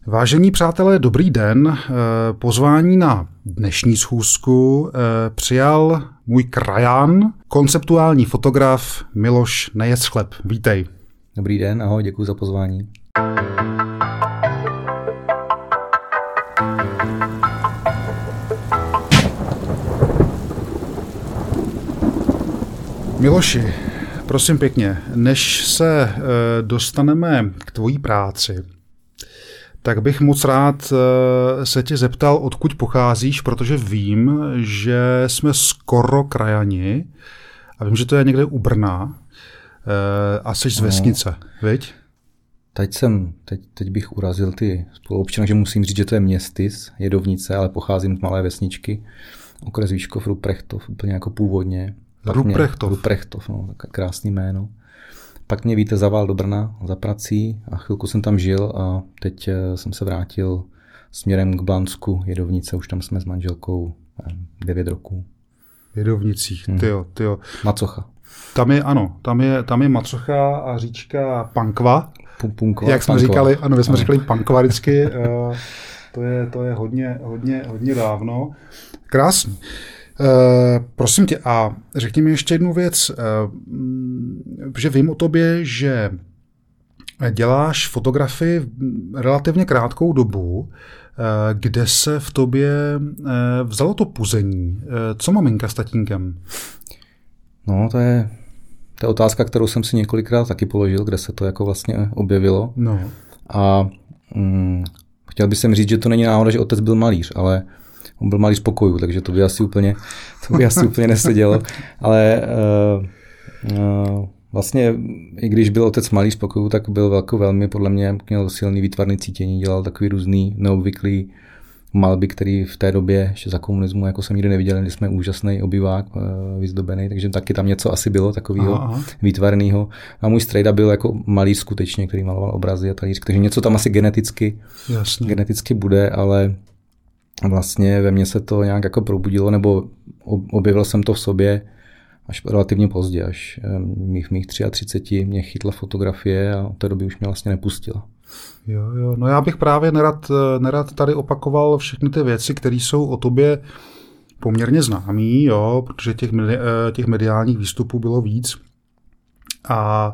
Vážení přátelé, dobrý den. Pozvání na dnešní schůzku přijal můj krajan, konceptuální fotograf Miloš Nejeschlep. Vítej. Dobrý den, ahoj, děkuji za pozvání. Miloši, prosím pěkně, než se dostaneme k tvojí práci, tak bych moc rád se tě zeptal, odkud pocházíš, protože vím, že jsme skoro krajani a vím, že to je někde u Brna a jsi z vesnice, viď? Teď bych urazil ty spoluobčany, že musím říct, že to je Městys, Jedovnice, ale pocházím z malé vesničky, okres Výškov, Ruprechtov, úplně jako původně. Ruprechtov, no, tak krásný jméno. Pak mě zaval do Brna za prací a chvilku jsem tam žil a teď jsem se vrátil směrem k Blansku, Jedovnice, už tam jsme s manželkou 9 roků. Jedovnicích, tyjo. Macocha. Tam je Macocha a říčka Pankva. Punkva, jak jsme Pankva. Říkali, ano, my jsme říkali Pankva vždycky, to je hodně dávno. Krásný. Prosím tě, a řekni mi ještě jednu věc, že vím o tobě, že děláš fotografii relativně krátkou dobu, kde se v tobě vzalo to puzení. Co maminka s tatínkem? No, to je otázka, kterou jsem si několikrát taky položil, kde se to jako vlastně objevilo. No. A chtěl bych říct, že to není náhoda, že otec byl malíř, ale on byl malíř pokojů, takže to by asi úplně nesedělo. Ale vlastně, i když byl otec malíř pokojů, tak byl velmi, podle mě, měl silný výtvarný cítění, dělal takový různý neobvyklý malby, který v té době, ještě za komunismu, jako jsem nikdy neviděl, když jsme úžasný obývák vyzdobený, takže taky tam něco asi bylo takového výtvarného. A můj strejda byl jako malíř skutečně, který maloval obrazy a talíř, takže něco tam asi geneticky bude, ale vlastně ve mně se to nějak jako probudilo, nebo objevil jsem to v sobě až relativně pozdě, až mých 33 mě chytla fotografie a od té doby už mě vlastně nepustila. Jo, no já bych právě nerad tady opakoval všechny ty věci, které jsou o tobě poměrně známý, jo, protože těch mediálních výstupů bylo víc a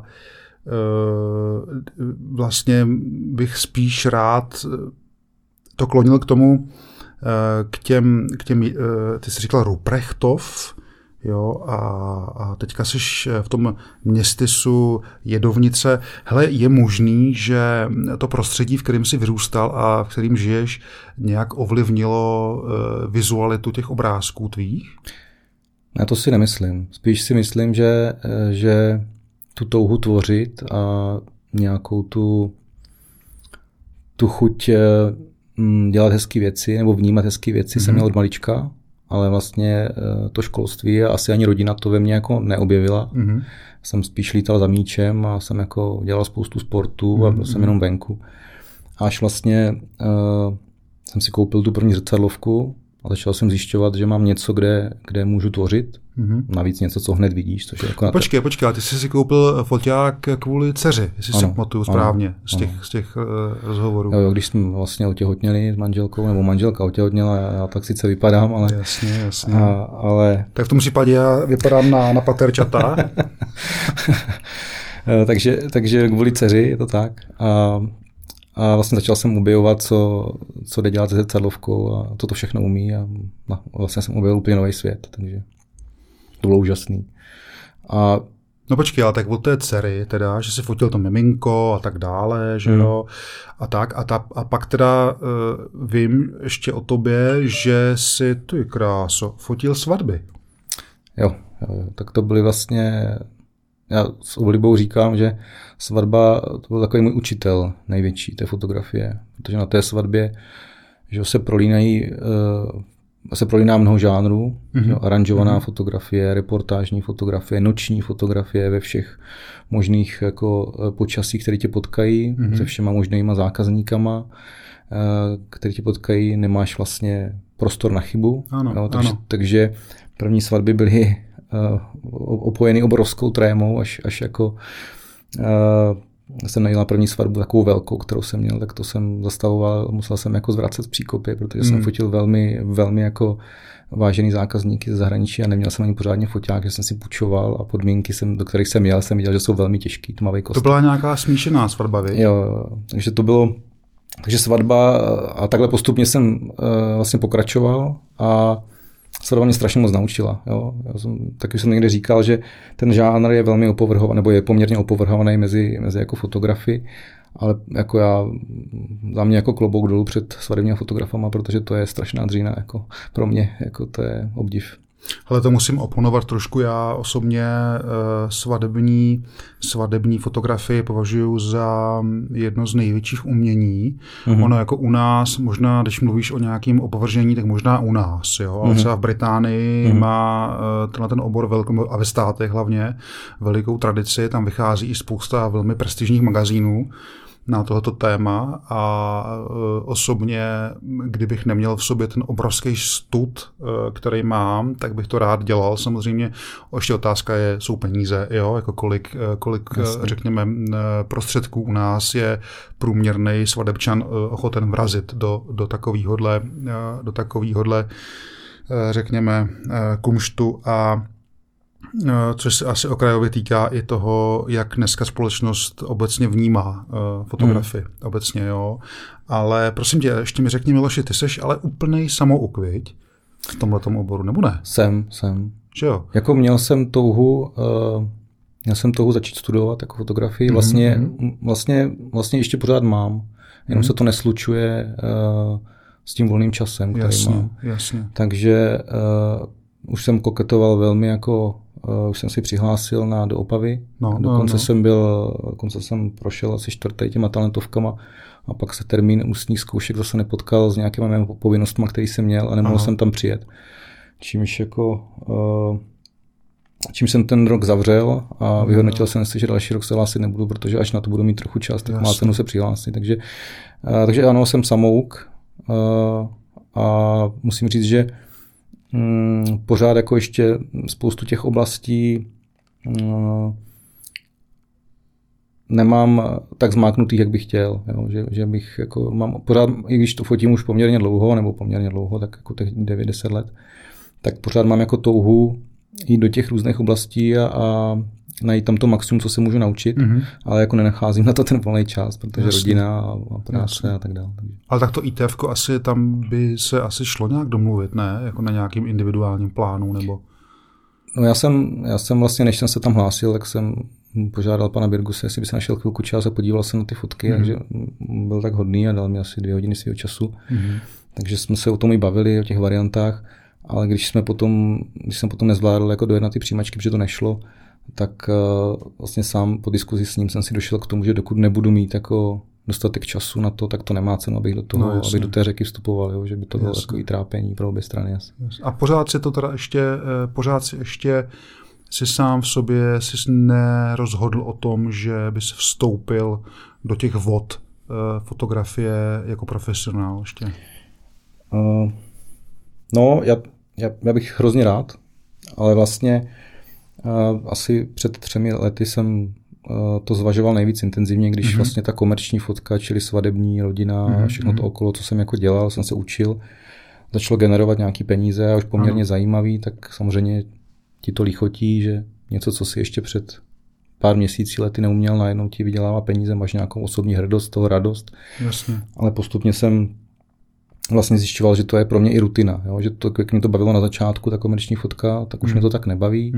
vlastně bych spíš rád to klonil k tomu, k těm ty jsi říkal Ruprechtov, jo, a teďka jsi v tom Městysu Jedovnice. Hele, je možný, že to prostředí, v kterém jsi vyrůstal a v kterém žiješ, nějak ovlivnilo vizualitu těch obrázků tvých? Já to si nemyslím. Spíš si myslím, že tu touhu tvořit a nějakou tu chuť dělat hezké věci nebo vnímat hezké věci jsem měl od malička, ale vlastně to školství a asi ani rodina to ve mně jako neobjevila. Jsem spíš lítal za míčem a jsem jako dělal spoustu sportů a byl jsem jenom venku. Až vlastně jsem si koupil tu první zrcadlovku a začal jsem zjišťovat, že mám něco, kde můžu tvořit. Navíc něco, co hned vidíš. Což je jako Počkej, ty jsi si koupil foťák kvůli dceři, jestli si pamatuju správně z těch rozhovorů. Jo, když jsme vlastně otěhotněli s manželkou, nebo manželka otěhotněla, já tak sice vypadám, ale... Jasně. Ale... Tak v tom případě já vypadám na paterčata. takže kvůli dceři je to tak. A vlastně začal jsem objevovat, co jde dělat se zrcadlovkou a toto všechno umí a vlastně jsem objevil úplně nový svět, takže to bylo úžasný. No počkej, ale tak od té dcery teda, že si fotil to miminko a tak dále, že jo, a pak teda vím ještě o tobě, že si, ty kráso, fotil svatby. Jo, tak to byly vlastně... Já s oblibou říkám, že svatba to byl takový můj učitel největší té fotografie, protože na té svatbě že se prolíná mnoho žánrů, aranžovaná fotografie, reportážní fotografie, noční fotografie ve všech možných jako počasích, které tě potkají, se všema možnýma zákazníkama, které tě potkají, nemáš vlastně prostor na chybu. Ano. Takže první svatby byly opojený obrovskou trémou, až jako jsem najel na první svatbu takovou velkou, kterou jsem měl, tak to jsem zastavoval, musel jsem jako zvracet z příkopy, protože jsem fotil velmi, velmi jako vážený zákazníky ze zahraničí a neměl jsem ani pořádně foťák, že jsem si půjčoval a podmínky, do kterých jsem jel, jsem viděl, že jsou velmi těžký, tmavý kostek. To byla nějaká smíšená svatba, viď? Jo, takže to bylo, takže svatba a takhle postupně jsem vlastně pokračoval a svatba mě strašně moc naučila. Jo. Taky jsem někde říkal, že ten žánr je velmi opovrhovaný, nebo je poměrně opovrhovaný mezi jako fotografy, ale jako za mě jako klobouk dolů před svatebními fotografama, protože to je strašná dřína, jako pro mě, jako to je obdiv. Ale to musím oponovat trošku. Já osobně svadební fotografii považuji za jedno z největších umění. Ono jako u nás, možná když mluvíš o nějakém opovržení, tak možná u nás, jo? Ale třeba v Británii má ten obor velkou, a ve státech hlavně, velikou tradici. Tam vychází i spousta velmi prestižních magazínů na tohoto téma a osobně, kdybych neměl v sobě ten obrovský stud, který mám, tak bych to rád dělal. Samozřejmě ještě otázka jsou peníze, jo? Jako kolik řekněme, prostředků u nás je průměrný svadebčan ochoten vrazit do takovýhodle řekněme kumštu a což se asi okrajově týká i toho, jak dneska společnost obecně vnímá fotografii. Obecně, jo. Ale prosím tě, ještě mi řekni, Miloši, ty seš ale úplnej samoukvěť v tomhletom oboru, nebo ne? Jsem. Že jo? Jako měl jsem touhu začít studovat jako fotografii. Vlastně ještě pořád mám. Jenom se to neslučuje s tím volným časem, který mám. Jasně. Takže už jsem koketoval velmi jako už jsem si přihlásil do Opavy. Dokonce jsem prošel asi 4. těma talentovkama a pak se termín ústních zkoušek zase nepotkal s nějakými mými povinnostmi, který jsem měl a nemohl jsem tam přijet. Čím jsem ten rok zavřel a vyhodnotil jsem si, že další rok se hlásit nebudu, protože až na to budu mít trochu čas, tak má cenu se přihlásit. Takže ano, jsem samouk a musím říct, že pořád jako ještě spoustu těch oblastí nemám tak zmáknutých, jak bych chtěl. Jo? Že bych jako mám pořád, i když to fotím už poměrně dlouho, tak jako těch 9-10 let, tak pořád mám jako touhu jít do těch různých oblastí a najít tam to maximum, co se můžu naučit, ale jako nenacházím na to ten volný čas, protože rodina a práce a tak dále. Ale tak to ITF-ko asi tam by se asi šlo nějak domluvit, ne? Jako na nějakým individuálním plánu, nebo? No já jsem vlastně, než jsem se tam hlásil, tak jsem požádal pana Birguse, jestli by se našel chvilku čas a podíval se na ty fotky, takže byl tak hodný a dal mi asi 2 hodiny svého času. Takže jsme se o tom i bavili, o těch variantách, ale když jsem potom nezvládl jako dojet na ty přijímačky, protože to nešlo, tak vlastně sám po diskuzi s ním jsem si došel k tomu, že dokud nebudu mít jako dostatek času na to, tak to nemá cenu, abych do té řeky vstupoval, jo, že by to bylo takový trápení pro obě strany. A pořád si to teda ještě si sám v sobě si nerozhodl o tom, že bys vstoupil do těch vod fotografie jako profesionál ještě? No, já bych hrozně rád, ale vlastně asi před 3 lety jsem to zvažoval nejvíc intenzivně, když vlastně ta komerční fotka, čili svadební, rodina, všechno to okolo, co jsem jako dělal, jsem se učil, začalo generovat nějaký peníze a už poměrně zajímavý, tak samozřejmě ti to lichotí, že něco, co si ještě před pár měsící, lety neuměl, najednou ti vydělává peníze, máš nějakou osobní hrdost, toho radost. Jasně. Ale postupně jsem vlastně zjišťoval, že to je pro mě i rutina, jo? Že to, jak mě to bavilo na začátku, ta komerční fotka, tak už mě to tak nebaví,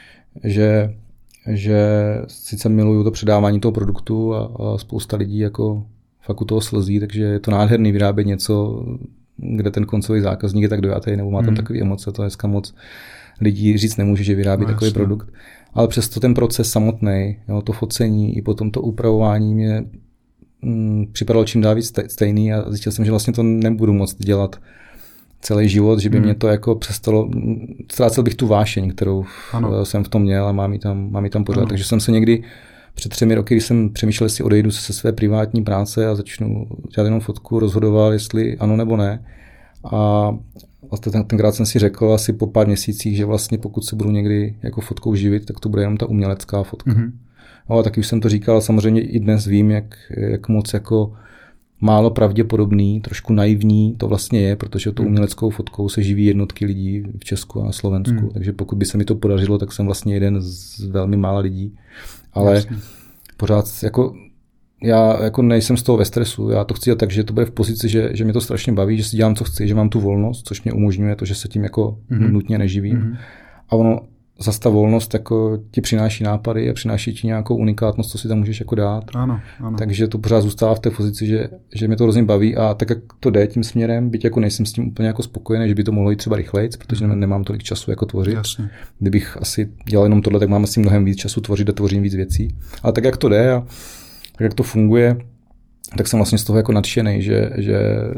že sice miluju to předávání toho produktu a spousta lidí jako fakt u toho slzí, takže je to nádherný vyrábět něco, kde ten koncový zákazník je tak dojatý, nebo má tam takové emoce, to dneska moc lidí říct nemůže, že vyrábí takový produkt. Ale přesto ten proces samotný, to focení i potom to upravování mě připadalo čím dál víc stejný a zjistil jsem, že vlastně to nebudu moct dělat celý život, že by mě to jako přestalo, ztrácel bych tu vášeň, kterou jsem v tom měl a mám ji tam pořád. Takže jsem se někdy před 3 roky, když jsem přemýšlel, jestli odejdu se své privátní práce a začnu dělat jenom fotku, rozhodoval, jestli ano nebo ne. A vlastně tenkrát jsem si řekl asi po pár měsících, že vlastně pokud se budu někdy jako fotkou živit, tak to bude jenom ta umělecká fotka. No, a taky už jsem to říkal, samozřejmě i dnes vím, jak moc jako málo pravděpodobný, trošku naivní to vlastně je, protože tou uměleckou fotkou se živí jednotky lidí v Česku a na Slovensku. Takže pokud by se mi to podařilo, tak jsem vlastně jeden z velmi mála lidí. Ale jasně. Pořád jako já jako nejsem z toho ve stresu, já to chci dělat tak, že to bude v pozici, že mě to strašně baví, že si dělám, co chci, že mám tu volnost, což mě umožňuje to, že se tím jako nutně neživím. A ono zase ta volnost jako ti přináší nápady a přináší ti nějakou unikátnost, co si tam můžeš jako dát. Ano. Takže to pořád zůstává v té pozici, že mě to hrozně baví a tak jak to jde tím směrem, byť jako nejsem s tím úplně jako spokojený, že by to mohlo jít třeba rychlejc, protože nemám tolik času jako tvořit. Jasně. Kdybych asi dělal jenom tohle, tak mám asi mnohem víc času tvořit a tvořím víc věcí. Ale tak jak to jde a tak jak to funguje, tak jsem vlastně z toho jako nadšenej, že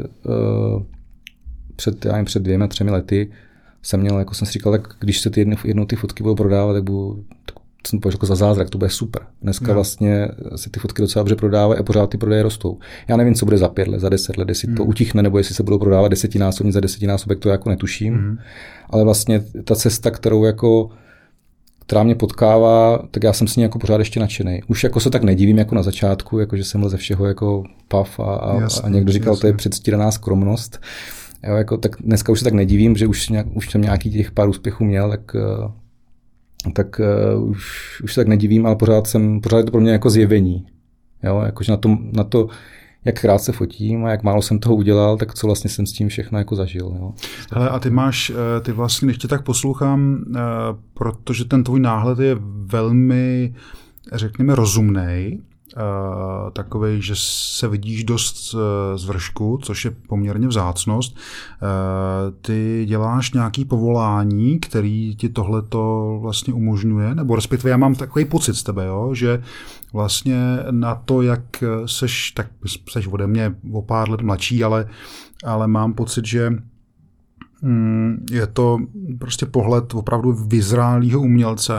před 2-3 lety jsem měl, jako jsem si říkal, tak když se jednou ty fotky budou prodávat, tak jsem to jako za zázrak, to bude super. Dneska vlastně se ty fotky docela dobře prodávají a pořád ty prodeje rostou. Já nevím, co bude za 5 let, za 10 let, jestli to utichne, nebo jestli se budou prodávat 10násobně za 10násobek, to jako netuším. Ale vlastně ta cesta, která mě potkává, tak já jsem s ní jako pořád ještě nadšenej. Už jako se tak nedivím jako na začátku, jako že jsem byl ze všeho jako pav a někdo říkal, to je předstíraná skromnost. Jo, jako, tak dneska už se tak nedivím, že už jsem nějaký těch pár úspěchů měl, tak už se tak nedivím, ale pořád je to pro mě jako zjevení. Jo, jakože na to, jak krátce fotím a jak málo jsem toho udělal, tak co vlastně jsem s tím všechno jako zažil. Jo. Hele, a ty vlastně, když tě tak poslouchám, protože ten tvůj náhled je velmi, řekněme, rozumnej, takovej, že se vidíš dost z vršku, což je poměrně vzácnost. Ty děláš nějaký povolání, který ti tohleto vlastně umožňuje, nebo respektive já mám takový pocit z tebe, jo, že vlastně na to, jak seš ode mě o pár let mladší, ale mám pocit, že je to prostě pohled opravdu vyzrálého umělce,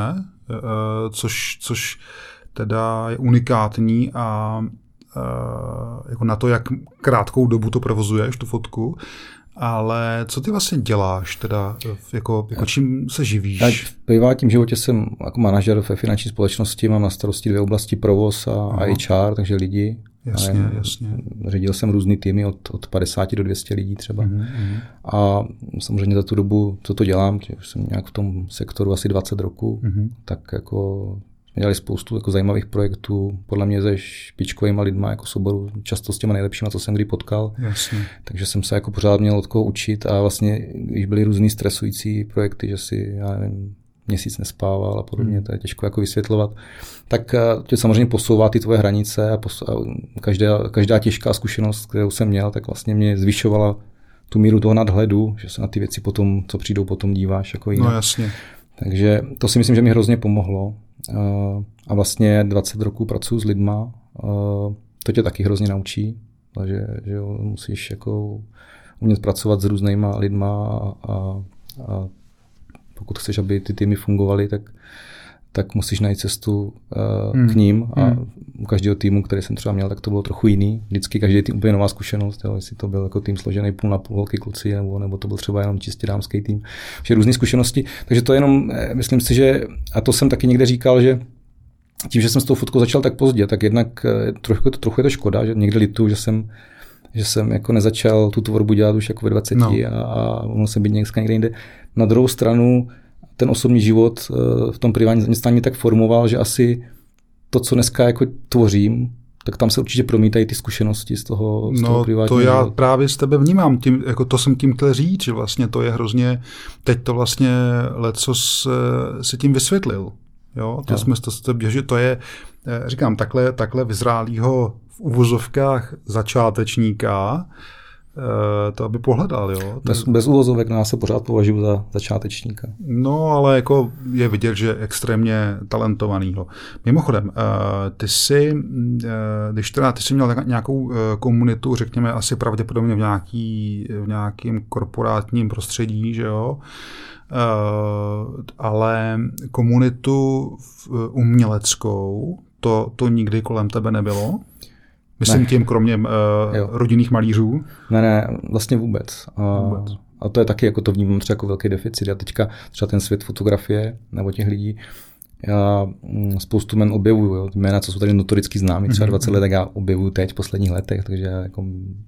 což teda je unikátní a jako na to, jak krátkou dobu to provozuješ, tu fotku, ale co ty vlastně děláš, teda jako čím se živíš? Já v privátním životě jsem jako manažer ve finanční společnosti, mám na starosti 2 oblasti, provoz a HR, takže lidi. Jasně. Řídil jsem různý týmy od 50 do 200 lidí třeba. A samozřejmě za tu dobu, co to dělám, už jsem nějak v tom sektoru asi 20 roků, tak jako dělali spoustu jako zajímavých projektů, podle mě se špičkovýma lidma jako soboru, často s těma nejlepšíma, co jsem kdy potkal. Jasně. Takže jsem se jako pořád měl od koho učit a vlastně, když byly různý stresující projekty, že si, já nevím, měsíc nespával a podobně, to je těžko jako vysvětlovat, tak tě samozřejmě posouvá ty tvoje hranice a každá těžká zkušenost, kterou jsem měl, tak vlastně mě zvyšovala tu míru toho nadhledu, že se na ty věci potom, co přijdou, potom díváš jako jinak. No jasně. Takže to si myslím, že mi hrozně pomohlo. A vlastně 20 roků pracuji s lidma, to tě taky hrozně naučí, že jo, musíš jako umět pracovat s různýma lidma a pokud chceš, aby ty týmy fungovaly, tak musíš najít cestu k ním a u každého týmu, který jsem třeba měl, tak to bylo trochu jiný. Vždycky každý tým úplně nová zkušenost, jo, jestli to byl jako tým složený půl na půl holky kluci, nebo to byl třeba jenom čistě dámský tým. Vše různé zkušenosti. Takže to jenom, myslím si, že, a to jsem taky někde říkal, že tím, že jsem s tou fotkou začal tak pozdě, tak jednak trochu je to škoda, že někde lituju, že jsem jako nezačal tu tvorbu dělat už jako ve 20 a mohl jsem být někde jinde. Na druhou stranu ten osobní život v tom privátním zaměstnání mě tak formoval, že asi to, co dneska jako tvořím, tak tam se určitě promítají ty zkušenosti z toho privátního to já života. právě z tebe vnímám, jako to jsem tím chtěl říct, že vlastně to je hrozně, teď to vlastně lecos se tím vysvětlil. Jo, že to je, říkám, takhle vyzrálýho v uvozovkách začátečníka, to aby pohledal, jo. Bez uvozovek nás se pořád považuji za začátečníka. No, ale jako je vidět, že je extrémně talentovanýho. Mimochodem, ty jsi měl nějakou komunitu, řekněme asi pravděpodobně v nějakém korporátním prostředí, že jo, ale komunitu uměleckou, to nikdy kolem tebe nebylo? Myslím tím kromě rodinných malířů? Ne, vlastně vůbec. A to je taky, jako to vnímám třeba jako velký deficit. A teďka třeba ten svět fotografie nebo těch lidí, Já spoustu men objevuju, jo. Jména, co jsou tady notoricky známí, třeba 20 let, tak já objevuju teď v posledních letech, takže já jako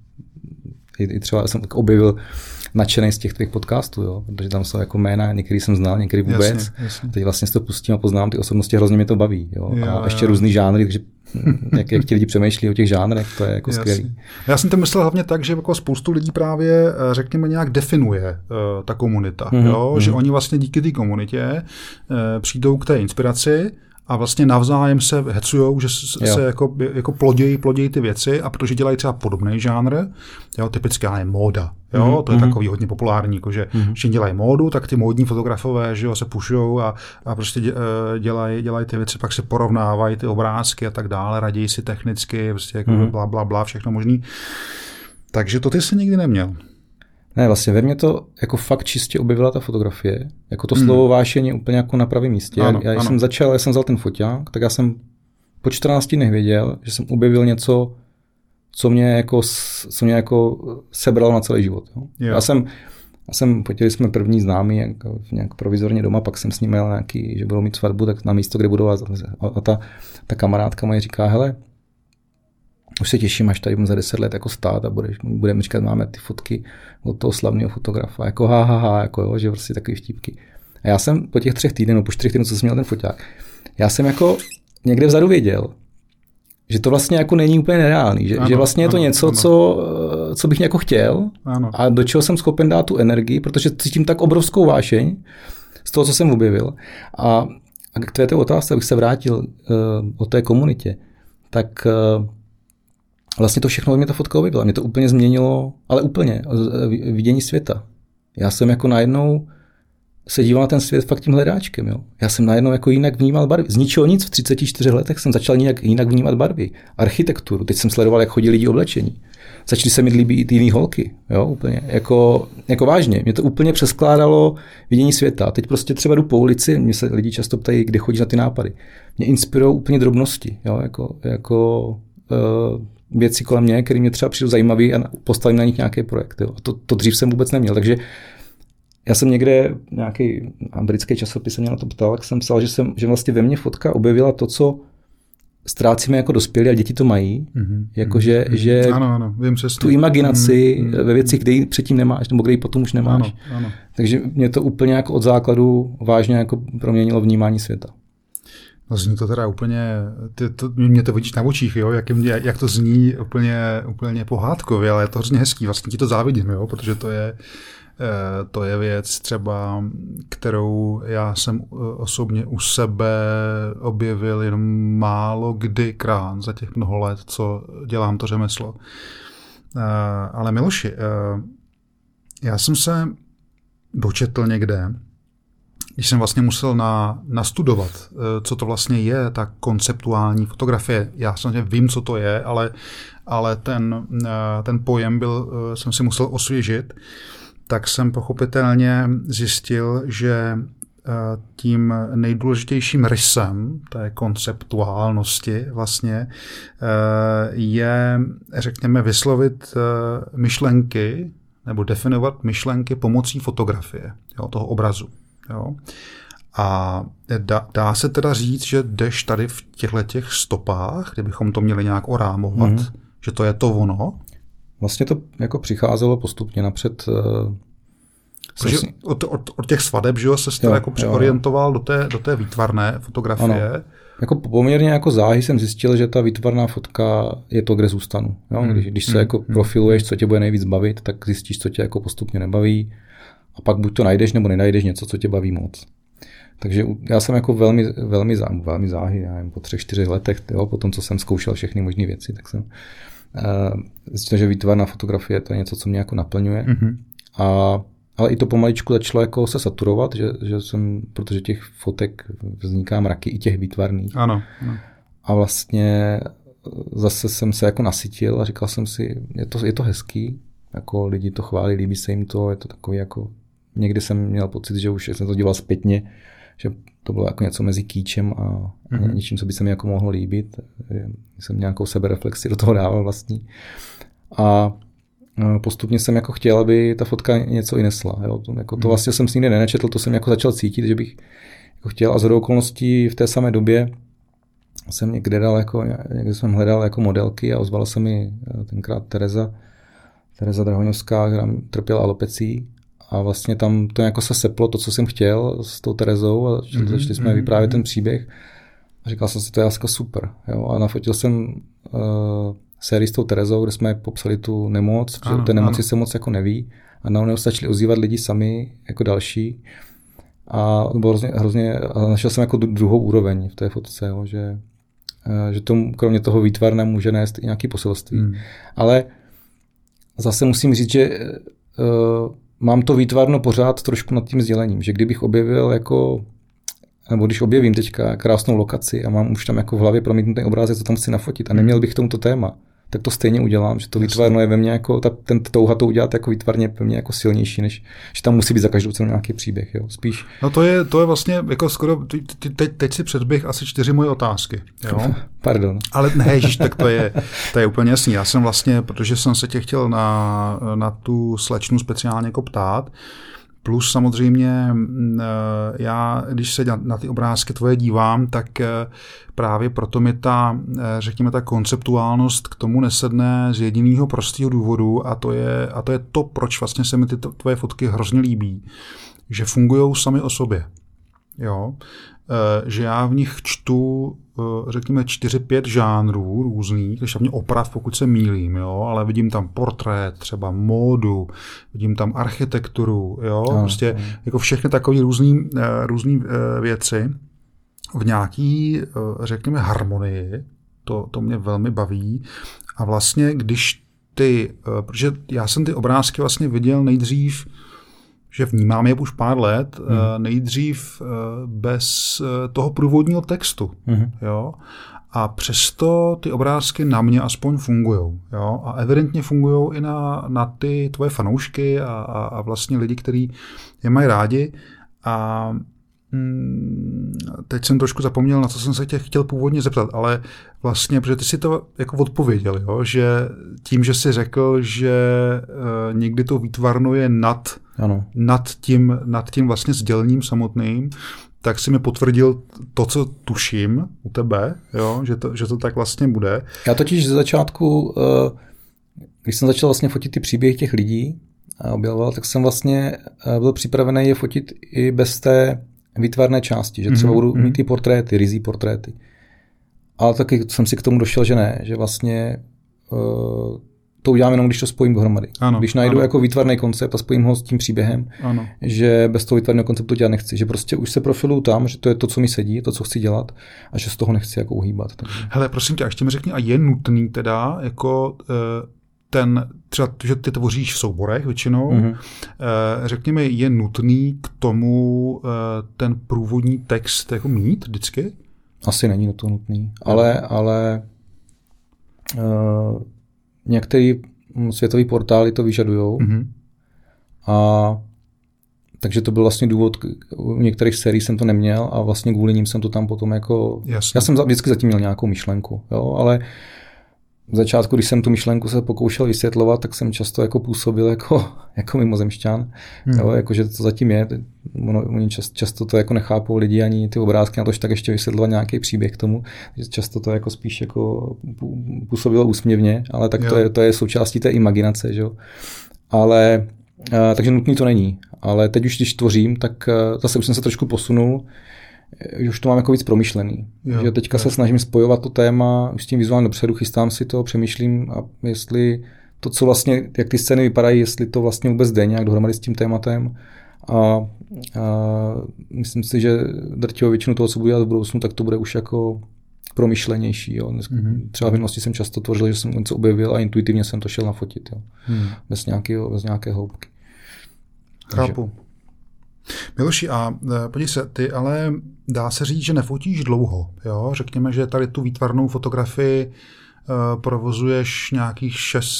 i třeba jsem objevil nadšený z těch tvých podcastů, jo, protože tam jsou jako jména, některý jsem znal, některý vůbec. Jasně. Teď vlastně si to pustím a poznám ty osobnosti, hrozně mě to baví, jo. A ještě různý žánry, takže jak ti lidi přemýšlí o těch žánrech, to je jako skvělý. Já jsem to myslel hlavně tak, že jako spoustu lidí právě, řekněme, nějak definuje ta komunita, jo, že oni vlastně díky té komunitě přijdou k té inspiraci a vlastně navzájem se hecujou, že se jako plodějí ty věci a protože dělají třeba podobný žánr, jo, typicky je móda, jo, to je takový hodně populární, jako že všichni dělají módu, tak ty módní fotografové, že jo, se pušujou a prostě dělají ty věci, pak se porovnávají ty obrázky a tak dále, raději si technicky, prostě jako bla, všechno možný. Takže to ty jsi nikdy neměl. Ne, vlastně ve mně to jako fakt čistě objevila ta fotografie, jako to slovo vášeň je úplně jako na pravém místě. Já jsem vzal ten foťák, tak já jsem po 14 dnech věděl, že jsem objevil něco, co mě jako sebralo na celý život. Jo. Potili jsme první známý nějak provizorně doma, pak jsem s ním jel nějaký, že budou mít svatbu, tak na místo, kde budou a ta kamarádka moje říká, hele, už se těším, až tady za 10 let jako stát a budeme říkat, máme ty fotky od toho slavného fotografa, jako jako jo, že prostě takový vtípky. A já jsem po těch 3 týdnech, po 4 týdnech, co jsem měl ten foťák, já jsem jako někde vzadu věděl, že to vlastně jako není úplně nereálný, že vlastně je to něco, co bych jako chtěl a do čeho jsem schopen dát tu energii, protože cítím tak obrovskou vášeň z toho, co jsem objevil. A k té otázce, abych se vrátil o té komunitě, tak vlastně to všechno mě ta fotka objevila. Mě to úplně změnilo, ale úplně, vidění světa. Já jsem jako najednou se díval na ten svět fakt tím hledáčkem. Jo. Já jsem najednou jako jinak vnímal barvy. Z ničeho nic v 34 letech jsem začal jinak vnímat barvy. Architekturu. Teď jsem sledoval, jak chodí lidi oblečení. Začaly se mi líbit jiný holky. Jo, úplně. Jako vážně. Mě to úplně přeskládalo vidění světa. Teď prostě třeba jdu po ulici, mě se lidi často ptají, kde chodíš na ty nápady. Mě inspirují úplně drobnosti. Jo, věci kolem mě, které mě třeba přijdou zajímavé a postavím na nich nějaký projekt. Jo. A to dřív jsem vůbec neměl. Takže já jsem někde, nějaký americký časopis se mě na to ptal, tak jsem psal, že vlastně ve mně fotka objevila to, co ztrácíme jako dospělí a děti to mají. Že ano, vím tu imaginaci ve věcích, kde ji předtím nemáš, nebo kde ji potom už nemáš. Ano. Takže mě to úplně jako od základu vážně jako proměnilo vnímání světa. No zní to teda úplně, mě to vidíš na očích, jo, jak to zní úplně pohádkově, ale je to hrozně hezký, vlastně ti to závidím, jo, protože to je věc třeba, kterou já jsem osobně u sebe objevil jenom málo kdykrát za těch mnoho let, co dělám to řemeslo. Ale Miloši, já jsem se dočetl někde, když jsem vlastně musel nastudovat, co to vlastně je, ta konceptuální fotografie. Já samozřejmě vím, co to je, ale ten pojem jsem si musel osvěžit, tak jsem pochopitelně zjistil, že tím nejdůležitějším rysem té konceptuálnosti vlastně je, řekněme, vyslovit myšlenky nebo definovat myšlenky pomocí fotografie, jo, toho obrazu. Jo. A dá se teda říct, že jdeš tady v těchto stopách, kdybychom to měli nějak orámovat, že to je to ono? Vlastně to jako přicházelo postupně napřed. Od těch svadeb, že se jako přeorientoval do té výtvarné fotografie. Ano. Jako poměrně jako záhy jsem zjistil, že ta výtvarná fotka je to, kde zůstanu. Jo? Když se jako profiluješ, co tě bude nejvíc bavit, tak zjistíš, co tě jako postupně nebaví. A pak buď to najdeš, nebo nenajdeš něco, co tě baví moc. Takže já jsem jako velmi záhy, já nevím, po 3-4 letech, jo, po tom, co jsem zkoušel všechny možné věci, tak jsem zjistil, že výtvarná fotografie to je něco, co mě jako naplňuje. Ale i to pomaličku začalo jako se saturovat, že jsem, protože těch fotek vzniká mraky i těch výtvarných. Ano. A vlastně zase jsem se jako nasytil a říkal jsem si, je to hezký, jako lidi to chválí, líbí se jim to, je to takový jako, někdy jsem měl pocit, že už jsem to dělal zpětně, že to bylo jako něco mezi kýčem a něčím, co by se mi jako mohlo líbit. Jsem nějakou sebereflexi do toho dával vlastní. A postupně jsem jako chtěl, aby ta fotka něco i nesla. Jo? To vlastně jsem si nikdy nenečetl, to jsem jako začal cítit, že bych chtěl a shodou okolností v té samé době jsem někde jsem hledal jako modelky a ozvala se mi tenkrát Tereza Drahoňovská, která trpěla alopecí a vlastně tam to jako se seplo to, co jsem chtěl s tou Terezou a začali jsme vyprávět ten příběh a říkal jsem si, to je jako super. Jo? A nafotil jsem sérii s tou Terezou, kde jsme popsali tu nemoc, že té nemoci se moc jako neví a na něj začali ozývat lidi sami jako další a to bylo hrozně našel jsem jako druhou úroveň v té fotce, jo? Že to kromě toho výtvarné může nést i nějaké poselství. Ale zase musím říct, že mám to výtvarno pořád trošku nad tím sdělením, že kdybych objevil nebo když objevím teďka krásnou lokaci a mám už tam jako v hlavě promítnutý obrázek, co tam chci nafotit a neměl bych k tomuto téma, tak to stejně udělám, že to výtvarno je ve mně jako, ten touha to udělat jako výtvarně ve mně jako silnější, než že tam musí být za každou cenu nějaký příběh, jo, spíš. No to je vlastně jako skoro, teď si předběh asi 4 moje otázky, jo. Pardon. Ale ne, ježiš, tak to je úplně jasný. Já jsem vlastně, protože jsem se tě chtěl na tu slečnu speciálně jako ptát, plus samozřejmě já, když se na ty obrázky tvoje dívám, tak právě proto mi řekněme, ta konceptuálnost k tomu nesedne z jediného prostého důvodu a to je to, proč vlastně se mi ty tvoje fotky hrozně líbí, že fungujou sami o sobě. Jo? Že já v nich čtu, řekněme, 4-5 žánrů různých, když mě oprav, pokud se mýlím, jo? Ale vidím tam portrét, třeba módu, vidím tam architekturu, jo? Prostě jako všechny takové různý věci v nějaký, řekněme, harmonii, to mě velmi baví a vlastně, když protože já jsem ty obrázky vlastně viděl nejdřív, že vnímám je už pár let, nejdřív bez toho průvodního textu. Jo? A přesto ty obrázky na mě aspoň fungujou. Jo? A evidentně fungujou i na ty tvoje fanoušky a vlastně lidi, kteří je mají rádi. A teď jsem trošku zapomněl, na co jsem se tě chtěl původně zeptat, ale vlastně, protože ty si to jako odpověděl, jo? Že tím, že jsi řekl, že někdy to výtvarno je nad tím vlastně sdělením samotným, tak si mi potvrdil to, co tuším u tebe, jo? Že to tak vlastně bude. Já totiž ze začátku, když jsem začal vlastně fotit ty příběhy těch lidí a objevoval, tak jsem vlastně byl připravený je fotit i bez té výtvarné části, že třeba budu mít ty portréty, rizí portréty. Ale taky jsem si k tomu došel, že ne, že vlastně to udělám jenom, když to spojím dohromady. Když najdu jako výtvarný koncept a spojím ho s tím příběhem, že bez toho výtvarného konceptu dělat nechci, že prostě už se profiluju tam, že to je to, co mi sedí, to, co chci dělat a že z toho nechci jako uhýbat. Takže. Hele, prosím tě, a ještě mi řekni, a je nutný teda jako třeba, že ty tvoříš v souborech většinou, řekněme, je nutný k tomu ten průvodní text jako mít vždycky? Asi není to nutný, ale některé světové portály to vyžadujou a takže to byl vlastně důvod, u některých sérií jsem to neměl a vlastně kvůli ním jsem to tam potom jako... Jasně. Já jsem vždycky zatím měl nějakou myšlenku, jo, ale v začátku, když jsem tu myšlenku se pokoušel vysvětlovat, tak jsem často jako působil jako mimozemšťan, jo, jako, že to zatím je. Oni často to jako nechápou lidi ani ty obrázky na to, že tak ještě vysvětlovat nějaký příběh k tomu. Často to jako spíš jako působilo úsměvně, ale tak to je součástí té imaginace, že jo. Ale takže nutný to není. Ale teď už, když tvořím, tak zase už jsem se trošku posunul, už to mám jako víc promyšlený. Že teďka se snažím spojovat to téma, už s tím vizuálně dopředu, chystám si to, přemýšlím, a jestli to, co vlastně, jak ty scény vypadají, jestli to vlastně vůbec jde nějak dohromady s tím tématem. A myslím si, že drtivou většinu toho, co budu dělat v budoucnu, tak to bude už jako promyšlenější. Jo. Třeba v minulosti jsem často tvořil, že jsem něco objevil a intuitivně jsem to šel nafotit. Jo. Bez nějaké hloubky. Chápu. Miloši, a podívej se, ty ale dá se říct, že nefotíš dlouho. Jo? Řekněme, že tady tu výtvarnou fotografii provozuješ nějakých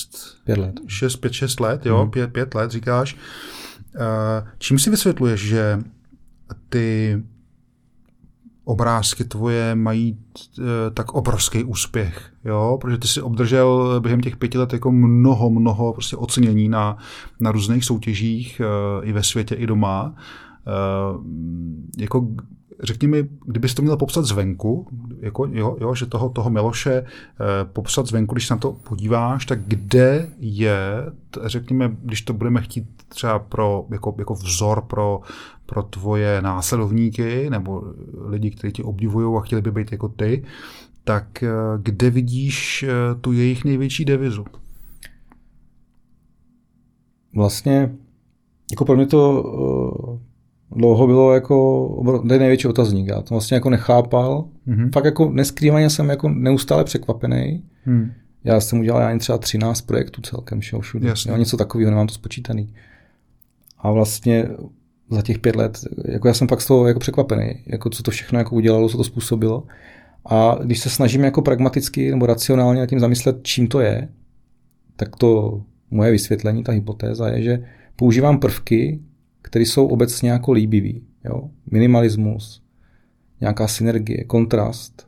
5-6 let, jo? 5 let říkáš. Čím si vysvětluješ, že ty obrázky tvoje mají tak obrovský úspěch, jo? Protože ty si obdržel během těch 5 let jako mnoho prostě ocenění na různých soutěžích i ve světě, i doma. Jako řekni mi, kdybys to měl popsat zvenku, jako, jo, že toho Miloše popsat zvenku, když se na to podíváš, tak kde je, řekněme, když to budeme chtít třeba jako vzor pro tvoje následovníky nebo lidi, kteří tě obdivují a chtěli by být jako ty, tak kde vidíš tu jejich největší devizu? Vlastně, jako pro mě to dlouho bylo jako největší otazník. Já to vlastně jako nechápal. Fakt jako neskrývaně jsem jako neustále překvapený. Já jsem udělal třeba 13 projektů celkem, všude. Jo, něco takového, nemám to spočítaný. A vlastně za těch 5 let, jako já jsem fakt z toho jako překvapený, jako co to všechno jako udělalo, co to způsobilo. A když se snažím jako pragmaticky nebo racionálně nad tím zamyslet, čím to je, tak to moje vysvětlení, ta hypotéza je, že používám prvky, které jsou obecně jako líbivý. Jo? Minimalismus, nějaká synergie, kontrast,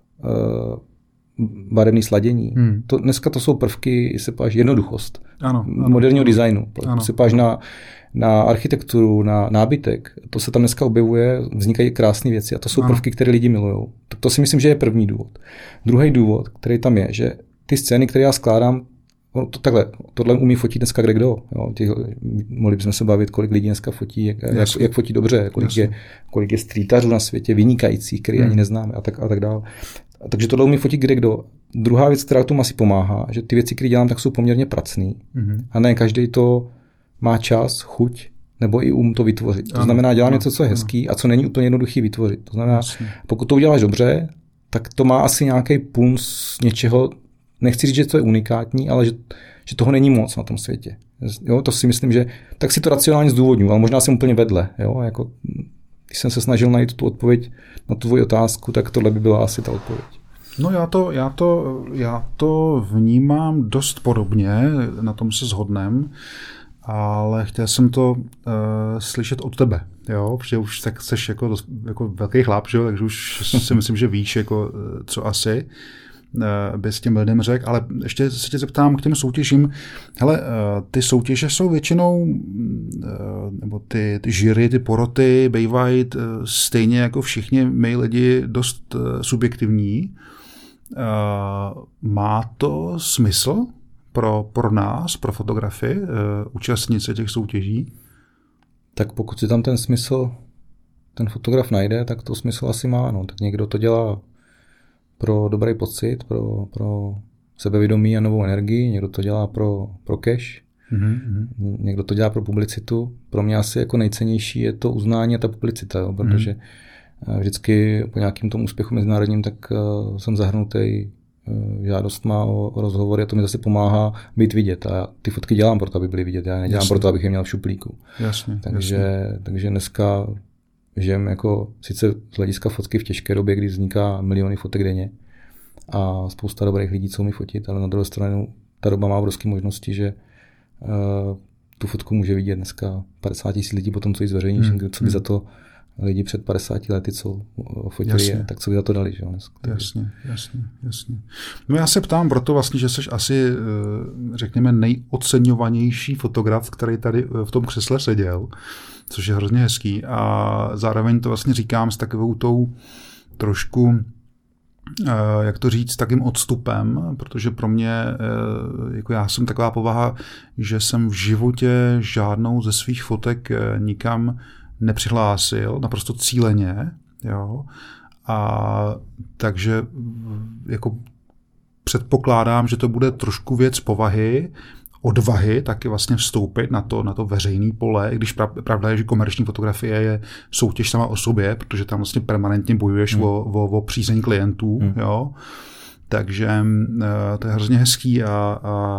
barevné sladění. Dneska to jsou prvky, se páš jednoduchost. Ano, moderního designu. Se páš na architekturu, na nábytek. To se tam dneska objevuje, vznikají krásné věci a to jsou prvky, které lidi milují. To si myslím, že je první důvod. Druhý důvod, který tam je, že ty scény, které já skládám, tohle umí fotit dneska kdekdo. Mohli bychom se bavit, kolik lidí dneska fotí, jak fotí dobře, kolik je streetařů na světě, vynikajících, který ani neznáme a tak dále. Takže tohle umí fotit kdekdo. Druhá věc, která tomu asi pomáhá, že ty věci, které dělám, tak jsou poměrně pracný. A ne každý to má čas, chuť nebo i to vytvořit. To znamená, dělám něco, co je hezký a co není úplně jednoduchý vytvořit. To znamená, pokud to uděláš dobře, tak to má asi nějaký puls něčeho. Nechci říct, že to je unikátní, ale že toho není moc na tom světě. Jo, to si myslím, že tak si to racionálně zdůvodňuji, ale možná jsem úplně vedle. Jo, jako, když jsem se snažil najít tu odpověď na tu tvoji otázku, tak tohle by byla asi ta odpověď. No já to vnímám dost podobně, na tom se shodneme, ale chtěl jsem to slyšet od tebe, jo, protože už tak seš jako velký chlap, že jo, takže už si myslím, že víš, jako, co asi by s tím lidem řekl, ale ještě se tě zeptám k těm soutěžím. Hele, ty soutěže jsou většinou, nebo ty jury, ty poroty bývají stejně jako všichni my lidi dost subjektivní. Má to smysl pro nás, pro fotografy, účastnit se těch soutěží? Tak pokud si tam ten smysl ten fotograf najde, tak to smysl asi má. No. Tak někdo to dělá pro dobrý pocit, pro sebevědomí a novou energii, někdo to dělá pro cash, někdo to dělá pro publicitu. Pro mě asi jako nejcennější je to uznání a ta publicita, jo, protože vždycky po nějakým tom úspěchu mezinárodním tak jsem zahrnutý žádostma o rozhovory a to mi zase pomáhá být vidět. A já ty fotky dělám proto, aby byly vidět, já nedělám proto, abych je měl v šuplíku. Takže žijeme jako sice z hlediska fotky v těžké době, kdy vzniká miliony fotek denně a spousta dobrých lidí, co umí fotit, ale na druhé straně ta doba má obrovské možnosti, že tu fotku může vidět dneska 50 000 lidí po tom, co ji zveřejníš, co by za to lidi před 50 lety, co fotili, tak co by za to dali. Že? Jasně. No já se ptám proto vlastně, že jsi asi, řekněme, nejoceňovanější fotograf, který tady v tom křesle seděl, což je hrozně hezký a zároveň to vlastně říkám s takovou tou trošku, jak to říct, takým odstupem, protože pro mě, jako já jsem taková povaha, že jsem v životě žádnou ze svých fotek nikam nepřihlásil, naprosto cíleně, jo, a takže jako předpokládám, že to bude trošku věc povahy, odvahy taky vlastně vstoupit na to veřejné pole, když pravda je, že komerční fotografie je soutěž sama o sobě, protože tam vlastně permanentně bojuješ o přízeň klientů, jo. Takže to je hrozně hezký a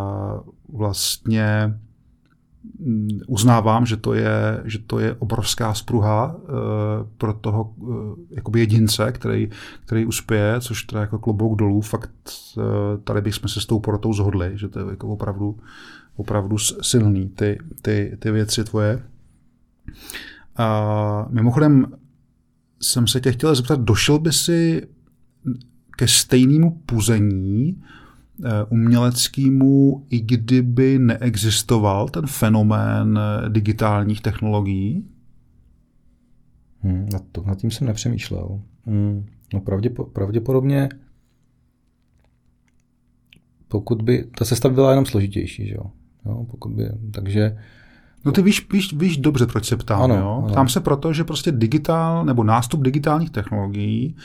vlastně uznávám, že to je obrovská spruha pro toho jakoby jedince, který uspěje, což teda jako klobouk dolů, fakt tady bychom se s tou porotou zhodli, že to je jako opravdu silný, ty věci tvoje. A mimochodem jsem se tě chtěl zeptat, došel by si ke stejnému puzení uměleckému, i kdyby neexistoval ten fenomén digitálních technologií? Nad tím jsem nepřemýšlel. No pravděpodobně, pokud by, ta cesta by byla jenom složitější, že jo? Takže... No ty víš dobře, proč se ptám, ano, jo? Ptám se proto, že prostě nástup digitálních technologií,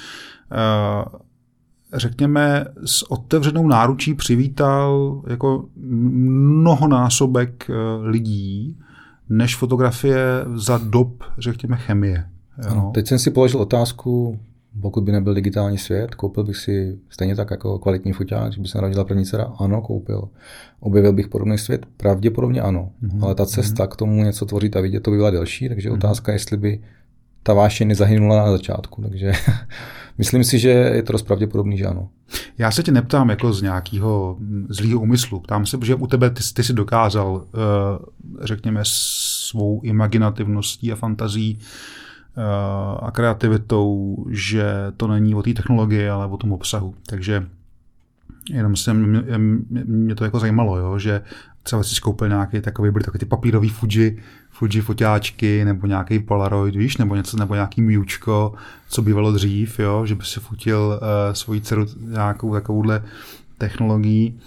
řekněme, s otevřenou náručí přivítal jako mnohonásobek lidí, než fotografie za dob, řekněme, chemie. Jo? Ano, teď jsem si položil otázku, pokud by nebyl digitální svět, koupil bych si stejně tak jako kvalitní foťák, když by se narodila první dcera? Ano, koupil. Objevil bych podobný svět? Pravděpodobně ano. Ale ta cesta k tomu něco tvořit a vidět, to by byla delší, takže otázka, jestli by ta vášeň nezahynula na začátku. Takže myslím si, že je to dost pravděpodobný, že ano. Já se tě neptám jako z nějakého zlýho úmyslu. Ptám se, že u tebe ty si dokázal, řekněme, svou imaginativností a fantazí a kreativitou, že to není o té technologii, ale o tom obsahu. Takže jenom mě to jako zajímalo, jo, že třeba si koupil nějaký takový, byly takový ty papírový Fuji foťáčky, nebo nějaký Polaroid, víš, nebo nějaký Miučko, co bývalo dřív, jo, že by si fotil svoji dceru nějakou takovouhle technologií.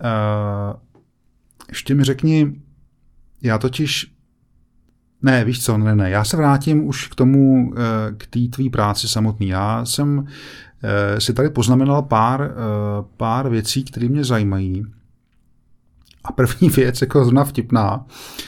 Ještě mi řekni, víš co, ne, já se vrátím už k tomu, k té tvý práci samotný. Já jsem si tady poznamenal pár věcí, které mě zajímají. A první věc, jako zrovna vtipná,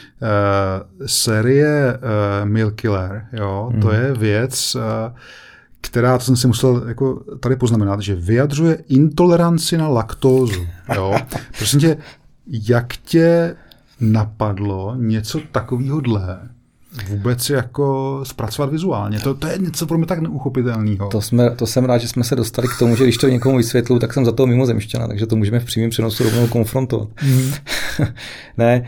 série Meal Killer, jo, to je věc, která, to jsem si musel jako tady poznamenat, že vyjadřuje intoleranci na laktózu. Jo. Prosím tě, jak tě napadlo něco takovýhodle vůbec jako zpracovat vizuálně? To je něco pro mě tak neuchopitelného. To jsem rád, že jsme se dostali k tomu, že když to někomu vysvětluju, tak jsem za toho mimozemšťana, takže to můžeme v přímém přenosu rovnou konfrontovat. Ne,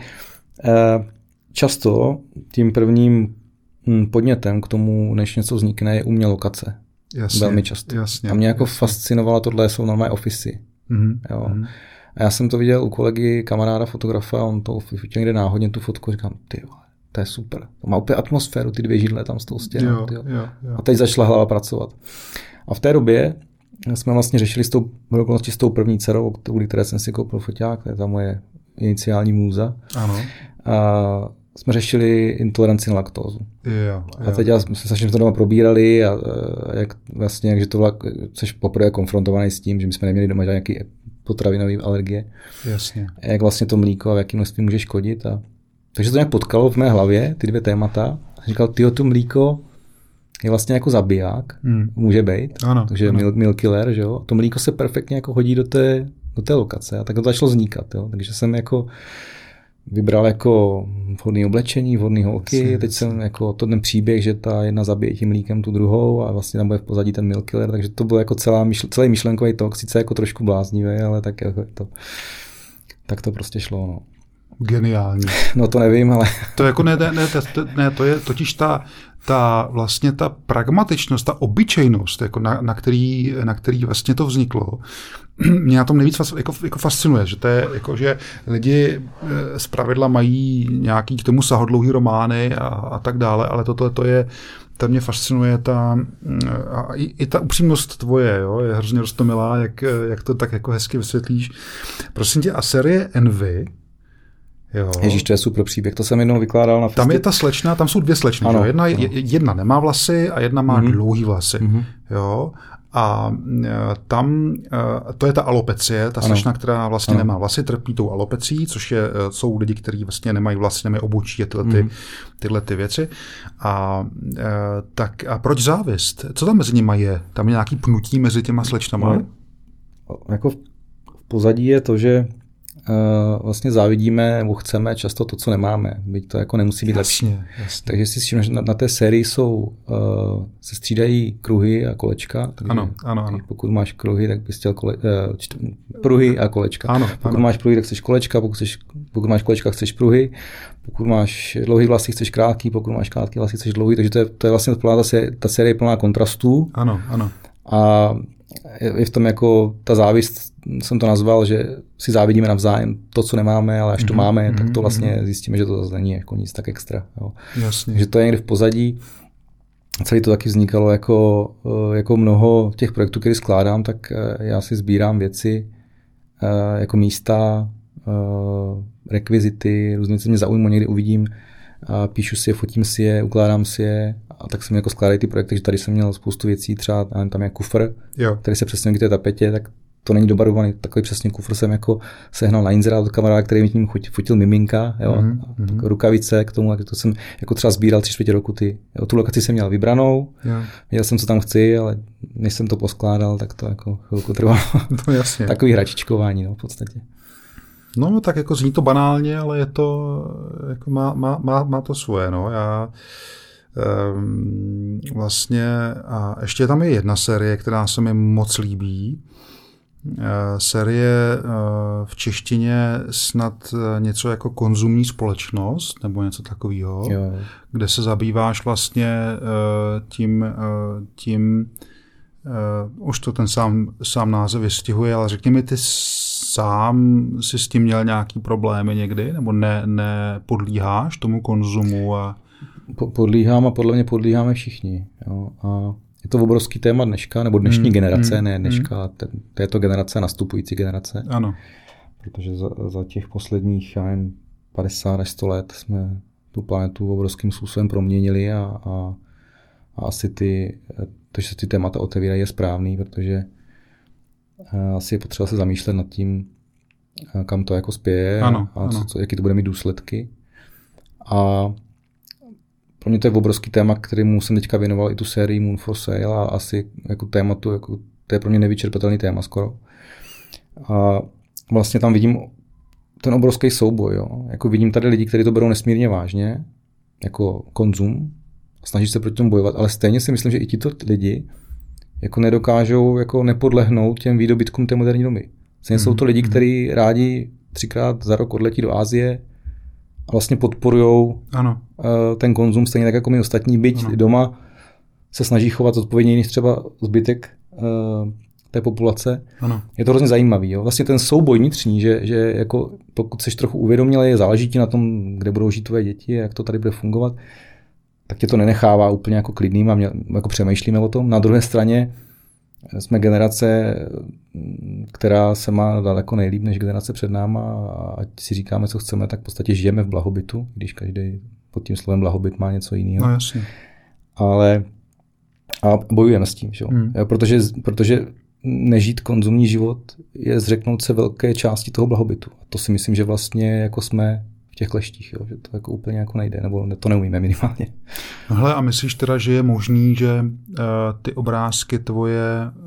často tím prvním podnětem k tomu, než něco vznikne, je u mě lokace. Jasně, velmi často. Jasně, a mě jako fascinovalo, tohle jsou normální ofisy. Jo. A já jsem to viděl u kolegy, kamaráda, fotografa, on to fotil někde náhodně tu fotku, říkám, ty vole, to je super. To má úplně atmosféru, ty 2 židle tam z toho stěna. Jo. A teď začala hlava pracovat. A v té době jsme vlastně řešili s tou první dcerou, kvůli které jsem si koupil foťák, to je ta moje iniciální můza. Ano. A jsme řešili intoleranci na laktózu. Jo. A teď jsme se to doma probírali a jak to jsi poprvé konfrontovaný s tím, že my jsme neměli doma nějaké potravinové alergie. Jasně. A jak vlastně to mlíko a v jakém množství může škodit. Takže to nějak potkalo v mé hlavě, ty 2 témata. A říkal, to mlíko je vlastně jako zabiják, může být. Ano, takže meal killer, že jo. To mlíko se perfektně jako hodí do té lokace. A tak to začalo vznikat, jo. Takže jsem jako vybral jako vhodné oblečení, vhodné holky. Teď jsem jako ten příběh, že ta jedna zabije tím mlíkem tu druhou a vlastně tam bude v pozadí ten meal killer, takže to byl jako celý myšlenkový tok, sice jako trošku bláznivý, ale tak jako to prostě šlo, no. Geniální. No to nevím, ale... To jako to je totiž ta vlastně ta pragmatičnost, ta obyčejnost, jako na který vlastně to vzniklo, mě na tom nejvíc jako fascinuje, že to je jako, že lidi zpravidla mají nějaký k tomu sahodlouhý romány a tak dále, ale to mě fascinuje i ta upřímnost tvoje, jo, je hrozně roztomilá, jak to tak jako hezky vysvětlíš. Prosím tě, a série Envy, jo. Ježíš, to je super příběh, to jsem jednou vykládal na Tam je ta slečna, tam jsou 2 slečny, ano, jedna nemá vlasy a jedna má dlouhý vlasy, jo. A tam, to je ta alopecie, ta slečna, která vlastně nemá vlasy, trpí tou alopecí, což jsou lidi, kteří vlastně nemají vlasy, nemají obočí a tyhle ty věci. A proč závist? Co tam mezi nimi je? Tam je nějaký pnutí mezi těma slečnama? No, jako v pozadí je to, že vlastně závidíme nebo chceme často to, co nemáme. Byť to jako nemusí být lepší. Takže si všimnu, že na té sérii se střídají kruhy a kolečka. Ano. Pokud máš kruhy, tak bys chtěl pruhy a kolečka. Pokud máš pruhy, tak chceš kolečka, pokud máš kolečka, chceš pruhy. Pokud máš dlouhý vlasy, chceš krátký, pokud máš krátký vlasy, chceš dlouhý. Takže to je vlastně ta série plná kontrastů. Ano. A je v tom jako ta závist, jsem to nazval, že si závidíme navzájem to, co nemáme, ale až to máme, tak to vlastně zjistíme, že to zase není jako nic tak extra. Jo. Jasně. Že to je někde v pozadí. celý to taky vznikalo jako mnoho těch projektů, které skládám, tak já si sbírám věci jako místa, rekvizity, různé věci mě zaujmou, někdy uvidím, píšu si je, fotím si je, ukládám si je a tak se mi jako skládají ty projekty, takže tady jsem měl spoustu věcí, třeba tam je kufr, který se přesně k té tapetě, tak to není dobarvovaný, takový přesně kufr jsem jako sehnal na inzerát od kamaráda, který mi tím fotil miminka, jo, rukavice k tomu, to jsem jako třeba sbíral 3/4 roku tu lokaci jsem měl vybranou, věděl jsem, co tam chci, ale než jsem to poskládal, tak to jako chvilku trvalo. No, jasně. Takový hračičkování, no, v podstatě. No, tak jako zní to banálně, ale je to, jako má to svoje, no, já vlastně, a ještě tam je jedna série, která se mi moc líbí, série v češtině snad něco jako Konzumní společnost, nebo něco takového, kde se zabýváš vlastně tím už to ten sám název vystihuje, ale řekni mi, ty sám si s tím měl nějaký problémy někdy, nebo nepodlíháš tomu konzumu? Podlíhám a podle mě podlíháme všichni. Jo. A je to obrovský téma dneška, nebo dnešní generace, ne dneška, této generace, nastupující generace. Ano. Protože za těch posledních 50 až 100 let jsme tu planetu obrovským způsobem proměnili a asi to, že se ty témata otevírají, je správný, protože asi je potřeba se zamýšlet nad tím, kam to jako spěje ano. Jaký to bude mít důsledky. A pro mě to je obrovský téma, kterému jsem teďka věnoval i tu sérii Moon for Sale a asi jako tématu, jako, to je pro mě nevyčerpatelný téma skoro. A vlastně tam vidím ten obrovský souboj. Jo. Jako vidím tady lidi, kteří to berou nesmírně vážně, jako konzum, snaží se proti tomu bojovat, ale stejně si myslím, že i tito lidi jako nedokážou jako nepodlehnout těm výdobytkům té moderní doby. Stejně jsou to lidi, kteří rádi 3krát za rok odletí do Asie a vlastně podporujou ten konzum stejně tak jako my ostatní, byť doma se snaží chovat odpovědněji než třeba zbytek té populace. Ano. Je to hrozně zajímavý. Jo? Vlastně ten souboj vnitřní, že jako pokud seš trochu uvědomělej, záleží ti na tom, kde budou žít tvoje děti, jak to tady bude fungovat, tak tě to nenechává úplně jako klidným a jako přemýšlíme o tom. Na druhé straně jsme generace, která se má daleko nejlíp než generace před náma a ať si říkáme, co chceme, tak v podstatě žijeme v blahobytu, když každý pod tím slovem blahobyt má něco jiného. No jasně. Ale a bojujeme s tím, že? Protože nežít konzumní život je zřeknout se velké části toho blahobytu. A to si myslím, že vlastně jako jsme v těch kleštích, jo? Že to jako úplně jako nejde, nebo to neumíme minimálně. No hele, a myslíš teda, že je možný, že ty obrázky tvoje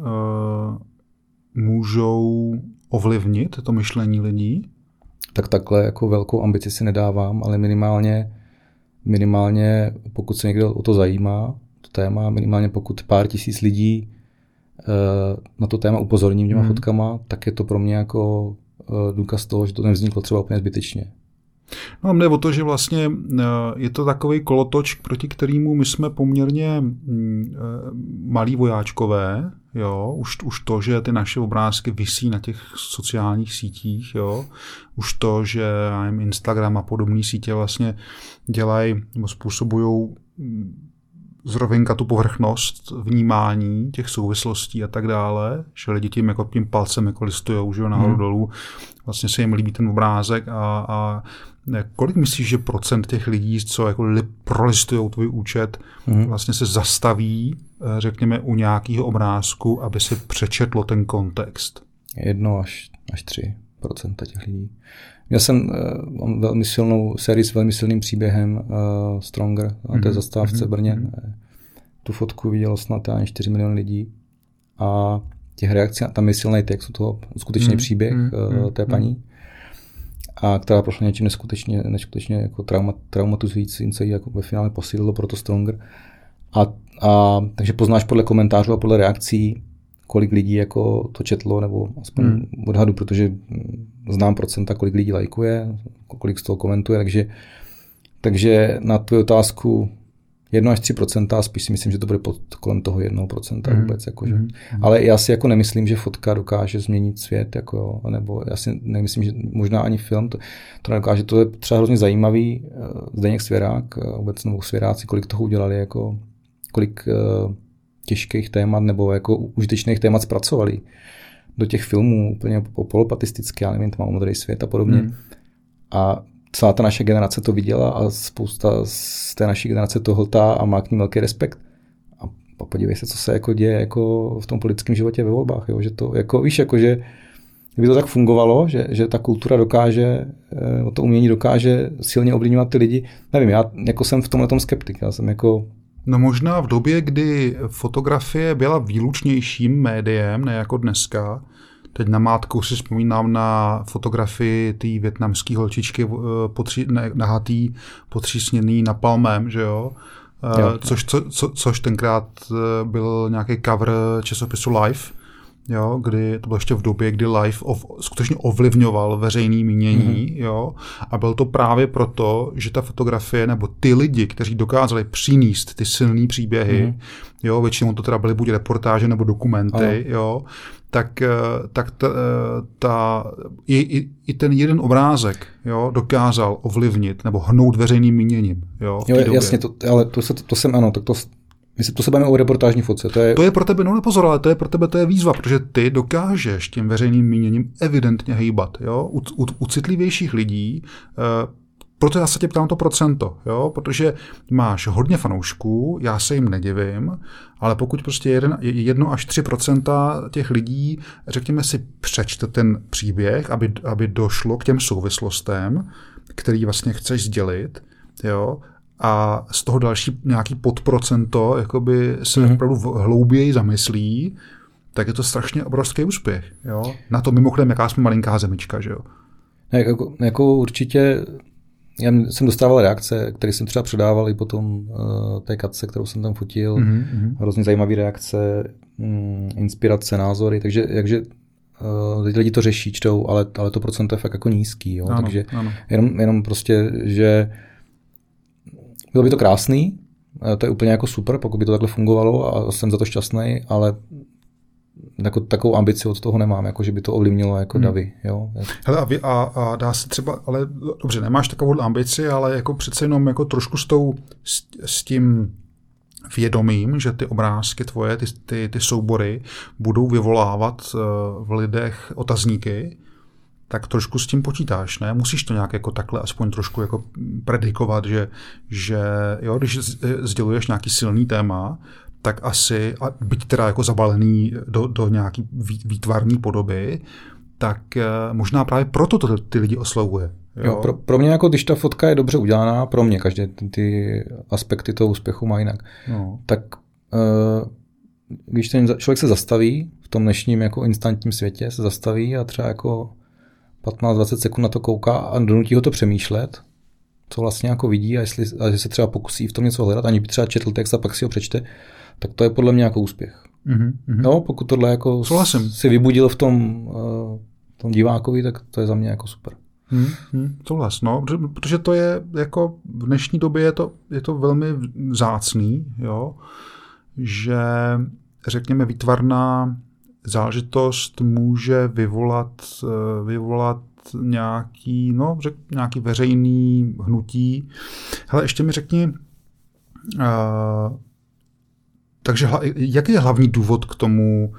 můžou ovlivnit to myšlení lidí? Tak takhle jako velkou ambici si nedávám, ale minimálně pokud se někdo o to zajímá, to téma, minimálně pokud pár tisíc lidí na to téma upozorním těma fotkama, tak je to pro mě jako důkaz toho, že to nevzniklo třeba úplně zbytečně. No, jde o to, že vlastně je to takový kolotoč, proti kterému my jsme poměrně malí vojáčkové, jo, už to, že ty naše obrázky visí na těch sociálních sítích, jo, už to, že Instagram a podobné sítě vlastně dělají nebo způsobují zrovna tu povrchnost vnímání těch souvislostí a tak dále, že lidi tím palcem jako listujou, že nahoru dolů, vlastně se jim líbí ten obrázek a kolik myslíš, že procent těch lidí, co jako prolistujou tvůj účet, vlastně se zastaví, řekněme, u nějakého obrázku, aby si přečetlo ten kontext? 1 až 3% těch lidí. Měl jsem velmi silnou sérii s velmi silným příběhem Stronger na té zastávce v Brně. Tu fotku vidělo snad 4 miliony lidí a těch reakcí, tam je silný text, toho skutečný příběh té paní, a která prošla něčím neskutečně jako traumatizujícím, co jí jako ve finále posílilo, proto Stronger. A takže poznáš podle komentářů a podle reakcí, kolik lidí jako to četlo, nebo aspoň odhadu, protože znám procenta, kolik lidí lajkuje, kolik z toho komentuje, takže na tu otázku 1 až 3%, spíš si myslím, že to bude kolem toho 1% vůbec. Jakože. Ale já si jako nemyslím, že fotka dokáže změnit svět, jako, nebo já si nemyslím, že možná ani film to nedokáže. To je třeba hrozně zajímavý, Zdeněk Svěrák, vůbec nebo Svěráci, kolik toho udělali jako kolik těžkých témat nebo jako užitečných témat zpracovali do těch filmů, úplně polopatisticky, já nevím, Tmavomodrý svět a podobně. A celá ta naše generace to viděla a spousta z té naší generace to hltá a má k ní velký respekt. A podívej se, co se jako děje jako v tom politickém životě ve volbách. Jo? Že to, jako, víš, jako, že kdyby to tak fungovalo, že ta kultura dokáže, to umění dokáže silně ovlivňovat ty lidi. Nevím, já jako jsem v tomhletom skeptik. Já jsem jako... No možná v době, kdy fotografie byla výlučnějším médiem, ne jako dneska. Teď namátkou si vzpomínám na fotografii té vietnamské holčičky nahatý, potřísněný napalmem, že jo? Což tenkrát byl nějaký cover časopisu Life, jo, kdy to bylo ještě v době, kdy Life skutečně ovlivňoval veřejné mínění, jo, a byl to právě proto, že ta fotografie nebo ty lidi, kteří dokázali přinést ty silné příběhy, jo, většinou to teda byly buď reportáže nebo dokumenty, jo, tak i ten jeden obrázek, jo, dokázal ovlivnit nebo hnout veřejným míněním. Jo, jasně, ale to jsem, ano, tak to se bavíme o reportážní fotce. To je pro tebe, no nepozor, ale to je pro tebe to je výzva, protože ty dokážeš tím veřejným míněním evidentně hejbat. Jo? U citlivějších lidí, proto já se tě ptám to procento, jo? Protože máš hodně fanoušků, já se jim nedivím, ale pokud prostě 1 až 3% těch lidí, řekněme si, přečte ten příběh, aby došlo k těm souvislostem, který vlastně chceš sdělit, jo? A z toho další nějaký podprocento jakoby se opravdu hlouběji zamyslí, tak je to strašně obrovský úspěch. Jo? Na to mimochodem, jaká jsme malinká zemička. Že jo? Jako určitě, já jsem dostával reakce, které jsem třeba předával i potom té katce, kterou jsem tam fotil. Hrozně zajímavé reakce, inspirace, názory, takže lidi to řeší, čtou, ale to procento je fakt jako nízký. Jo? Ano, takže ano. Jenom prostě, že bylo by to krásný, to je úplně jako super, pokud by to takhle fungovalo a jsem za to šťastný, ale jako takovou ambici od toho nemám, jako že by to ovlivnilo jako davy. Jo? Hele, a dá se třeba, ale dobře, nemáš takovou ambici, ale jako přece jenom jako trošku s tím vědomím, že ty obrázky tvoje, ty soubory budou vyvolávat v lidech otazníky, tak trošku s tím počítáš, ne? Musíš to nějak jako takhle aspoň trošku jako predikovat, že jo, když sděluješ nějaký silný téma, tak asi, a byť teda jako zabalený do nějaký výtvarní podoby, tak možná právě proto to ty lidi oslovuje. Jo, pro mě, jako když ta fotka je dobře udělaná, pro mě každé ty aspekty toho úspěchu má jinak. No. Tak když ten člověk se zastaví, v tom dnešním jako instantním světě se zastaví a třeba jako 15-20 sekund na to kouká a donutí ho to přemýšlet, co vlastně jako vidí a že se třeba pokusí v tom něco hledat, ani by třeba četl text a pak si ho přečte, tak to je podle mě jako úspěch. No, pokud tohle jako si vybudil v tom divákovi, tak to je za mě jako super. Souhlas, no, protože to je jako v dnešní době je to velmi vzácný, jo, že řekněme výtvarná záležitost může vyvolat nějaký veřejný hnutí. Hele, ještě mi řekni, takže jaký je hlavní důvod k tomu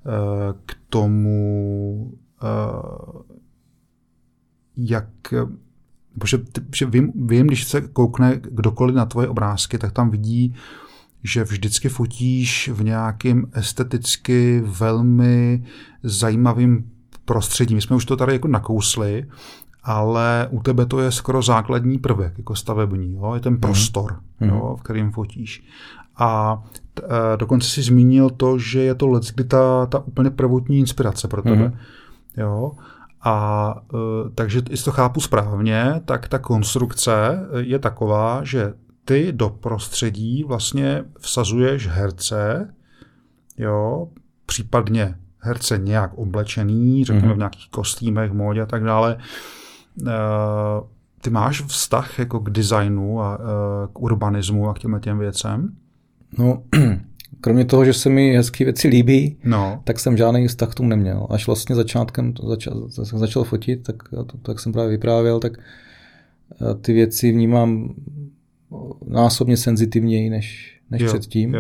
protože vím, když se koukne kdokoliv na tvoje obrázky, tak tam vidí, že vždycky fotíš v nějakém esteticky velmi zajímavým prostředí. My jsme už to tady jako nakousli, ale u tebe to je skoro základní prvek, jako stavební. Jo? Je ten prostor, jo, v kterém fotíš. A dokonce si zmínil to, že je to leckdy ta úplně prvotní inspirace pro tebe. Jo? A takže jestli to chápu správně, tak ta konstrukce je taková, že ty do prostředí vlastně vsazuješ herce, jo, případně herce nějak oblečený, řekněme v nějakých kostýmech, módě a tak dále. Ty máš vztah jako k designu a k urbanismu a k těm věcem? No, kromě toho, že se mi hezké věci líbí, tak jsem žádný vztah k tomu neměl. Až vlastně začal fotit, tak jsem právě vyprávěl, tak ty věci vnímám násobně senzitivněji než předtím.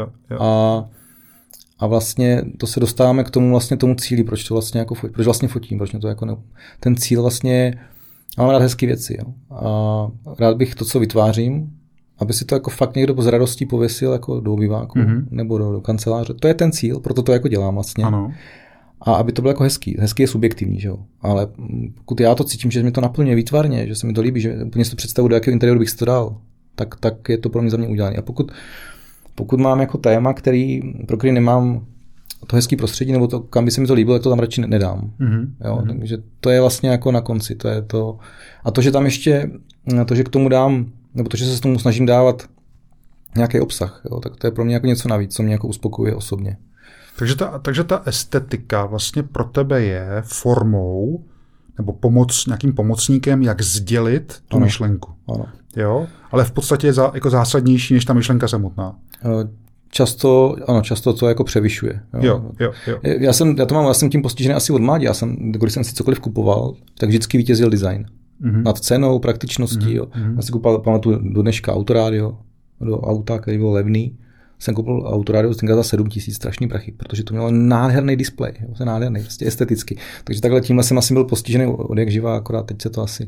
A vlastně to se dostáváme k tomu cíli, proč to vlastně jako proč vlastně fotím, proč mě to jako ten cíl vlastně, já mám rád hezké věci, jo. A rád bych to, co vytvářím, aby si to jako fakt někdo z radostí pověsil jako do obýváku nebo do kanceláře. To je ten cíl, proto to jako dělám vlastně. Ano. A aby to bylo jako hezký. Hezký je subjektivní, že jo. Ale pokud já to cítím, že mě to naplňuje výtvarně, že se mi to líbí, že úplně si to představu, do jakého interiéru bych si to dal, tak je to pro mě za mě udělané. A pokud mám jako téma, pro který nemám to hezký prostředí, nebo to, kam by se mi to líbilo, tak to tam radši nedám. Jo, takže to je vlastně jako na konci. To je to. A to, že tam ještě, to, že k tomu dám, nebo to, že se s tomu snažím dávat nějaký obsah, jo, tak to je pro mě jako něco navíc, co mě jako uspokojuje osobně. Takže ta estetika vlastně pro tebe je formou nebo nějakým pomocníkem, jak sdělit tu myšlenku. Ano. Jo? Ale v podstatě je jako zásadnější než ta myšlenka samotná. Často to jako převyšuje. Jo. Já jsem tím postižený asi od mládí. Když jsem si cokoliv kupoval, tak vždycky vítězil design. Nad cenou, praktičností. Jo. Já si pamatuju do dneška autorádio, do auta, který byl levný. Jsem koupil autorádio tenkrát za 7 000, strašný prachy, protože to mělo nádherný displej, nádherný, vlastně esteticky. Takže takhle tímhle jsem asi byl postižený od jak živá, akorát teď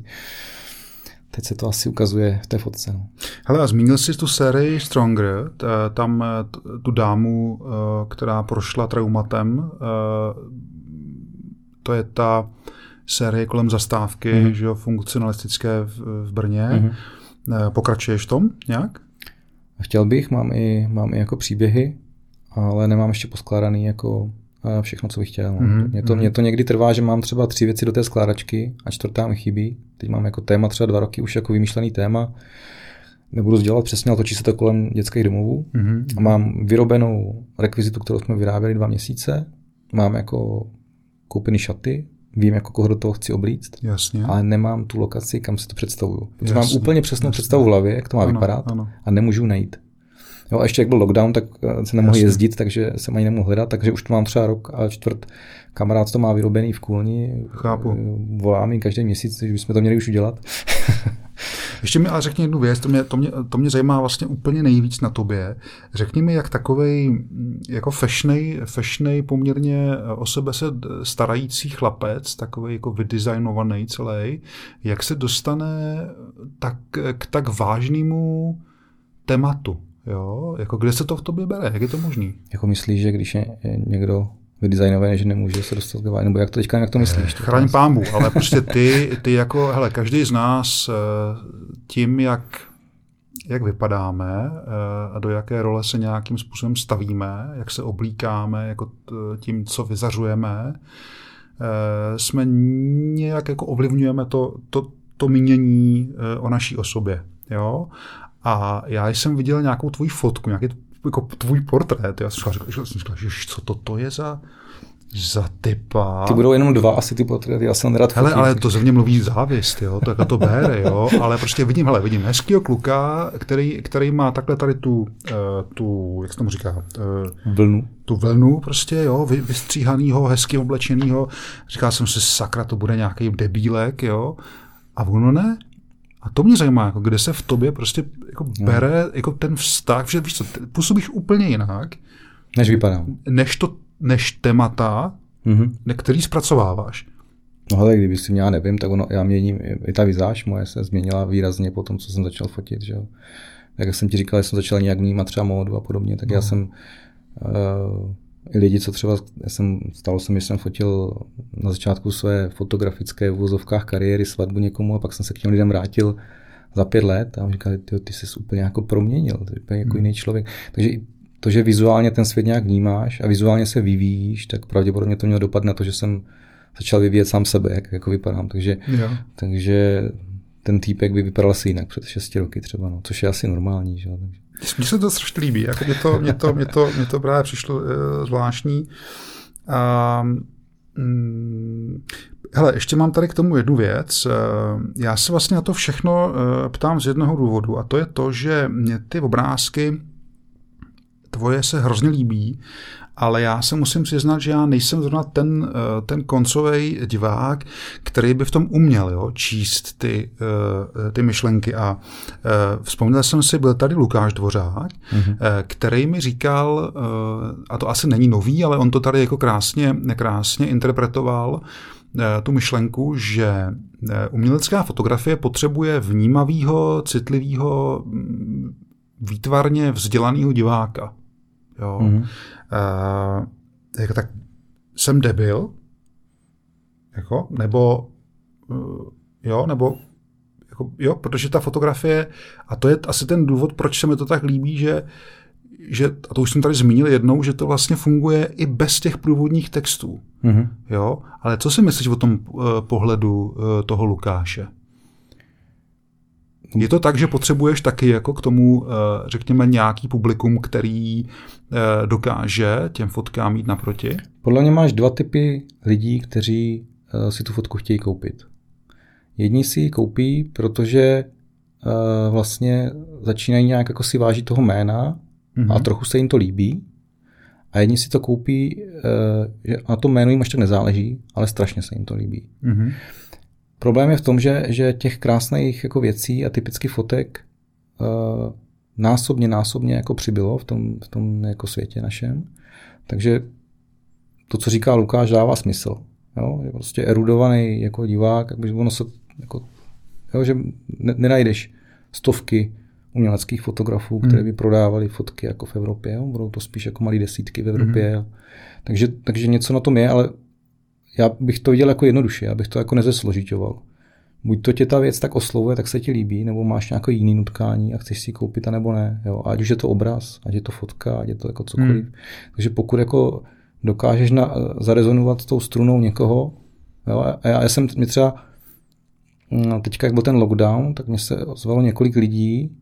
se to asi ukazuje v té fotce. No. Hele, a zmínil jsi tu sérii Stronger, tam tu dámu, která prošla traumatem, to je ta série kolem zastávky, že jo, funkcionalistické v Brně. Pokračuješ v tom nějak? Chtěl bych, mám i jako příběhy, ale nemám ještě poskládaný jako všechno, co bych chtěl. Mě to někdy trvá, že mám třeba 3 věci do té skládačky a 4. mi chybí. Teď mám jako téma třeba 2 roky už jako vymýšlený téma. Nebudu sdělat přesně, ale točí se to kolem dětských domovů. A mám vyrobenou rekvizitu, kterou jsme vyráběli 2 měsíce. Mám jako koupený šaty. Vím, jako koho do toho chci oblíct, jasně. Ale nemám tu lokaci, kam si to představuju. Protože mám úplně přesnou představu v hlavě, jak to má vypadat a nemůžu najít. Jo, a ještě jak byl lockdown, tak se nemohl jezdit, takže jsem ani nemohl hledat, takže už to mám třeba rok a čtvrt. Kamarád to má vyrobený v Kůlni. Chápu. Volá mi každý měsíc, takže bychom to měli už udělat. Ještě mi ale řekni jednu věc, to mě zajímá vlastně úplně nejvíc na tobě. Řekni mi, jak takovej jako fashionej poměrně o sebe se starající chlapec, takovej jako vydesignovaný celý, jak se dostane k tak vážnému tématu. Jo? Jako kde se to v tobě bere? Jak je to možný? Jako myslíš, že když je někdo vydesignovaný, že nemůže se dostat k vážnému, nebo jak to teďka, jak to myslíš? Chraň pámbu, ale prostě ty jako, hele, každý z nás tím, jak vypadáme a do jaké role se nějakým způsobem stavíme, jak se oblíkáme, jako tím, co vyzařujeme, jsme nějak jako ovlivňujeme to mínění o naší osobě. Jo? A já jsem viděl nějakou tvoji fotku, nějaký jako tvůj portrét. Já jsem říkal, že co to je za typa. Ty budou jenom 2 asi ty portréty, já jsem nerad fotím. Hele, ale to ze mě mluví závist, jo, tak to bere, jo, ale prostě vidím hezkýho kluka, který má takhle tady tu jak se tomu říká? Vlnu. Tu vlnu prostě, jo, vystříhanýho, hezky oblečenýho. Říkal jsem si, sakra, to bude nějaký debílek, jo, a ono ne. A to mě zajímá, jako kde se v tobě prostě jako bere jako ten vztah, že víš co, působíš úplně jinak. Než vypadám. Než témata, který zpracováváš. No ale kdyby si měla, nevím, tak já měním, i ta vizáž moje se změnila výrazně po tom, co jsem začal fotit, že jo. Jak jsem ti říkal, že jsem začal nějak vnímat třeba módu a podobně, tak já jsem i lidi, co třeba, stalo se mi, že jsem fotil na začátku své fotografické v uvozovkách kariéry svatbu někomu a pak jsem se k těm lidem vrátil za 5 let a on říkal, ty jsi úplně jako proměnil, ty jsi úplně jako jiný člověk. Takže to, že vizuálně ten svět nějak vnímáš a vizuálně se vyvíjíš, tak pravděpodobně to mělo dopad na to, že jsem začal vyvíjet sám sebe, jak jako vypadám. Takže ten týpek by vypadal asi jinak před 6 roky třeba, no, což je asi normální. Že? Mně se to strašně líbí, jako mě to právě přišlo zvláštní. Hele, ještě mám tady k tomu jednu věc. Já se vlastně na to všechno ptám z jednoho důvodu a to je to, že mě ty obrázky tvoje se hrozně líbí ale já se musím přiznat, že já nejsem zrovna ten koncový divák, který by v tom uměl číst ty myšlenky. A vzpomněl jsem si, byl tady Lukáš Dvořák, který mi říkal, a to asi není nový, ale on to tady jako krásně interpretoval, tu myšlenku, že umělecká fotografie potřebuje vnímavého, citlivého, výtvarně vzdělaného diváka. Jo. Jako tak jsem debil, jako, nebo protože ta fotografie, a to je asi ten důvod, proč se mi to tak líbí, že a to už jsem tady zmínil jednou, že to vlastně funguje i bez těch průvodních textů. Jo? Ale co si myslíš o tom pohledu toho Lukáše? Je to tak, že potřebuješ taky jako k tomu, řekněme, nějaký publikum, který dokáže těm fotkám jít naproti? Podle mě máš dva typy lidí, kteří si tu fotku chtějí koupit. Jedni si ji koupí, protože vlastně začínají nějak jako si vážit toho jména a trochu se jim to líbí. A jedni si to koupí, že na to jméno jim až tak nezáleží, ale strašně se jim to líbí. Problém je v tom, že těch krásných jako věcí a typických fotek násobně jako přibylo v tom jako světě našem. Takže to, co říká Lukáš, dává smysl. Jo? Je prostě erudovaný jako divák, ono se jako, jo, že nenajdeš stovky uměleckých fotografů, které by prodávali fotky jako v Evropě. Jo? Budou to spíš jako malé desítky v Evropě. Takže něco na tom je, ale já bych to viděl jako jednoduše, abych to jako nezesložiťoval. Buď to tě ta věc tak oslovuje, tak se ti líbí, nebo máš nějaké jiné nutkání a chceš si ji koupit, anebo ne. Jo? Ať už je to obraz, ať je to fotka, ať je to jako cokoliv. Takže pokud jako dokážeš zarezonovat s tou strunou někoho, jo? A já jsem třeba teďka, jak byl ten lockdown, tak mě se ozvalo několik lidí,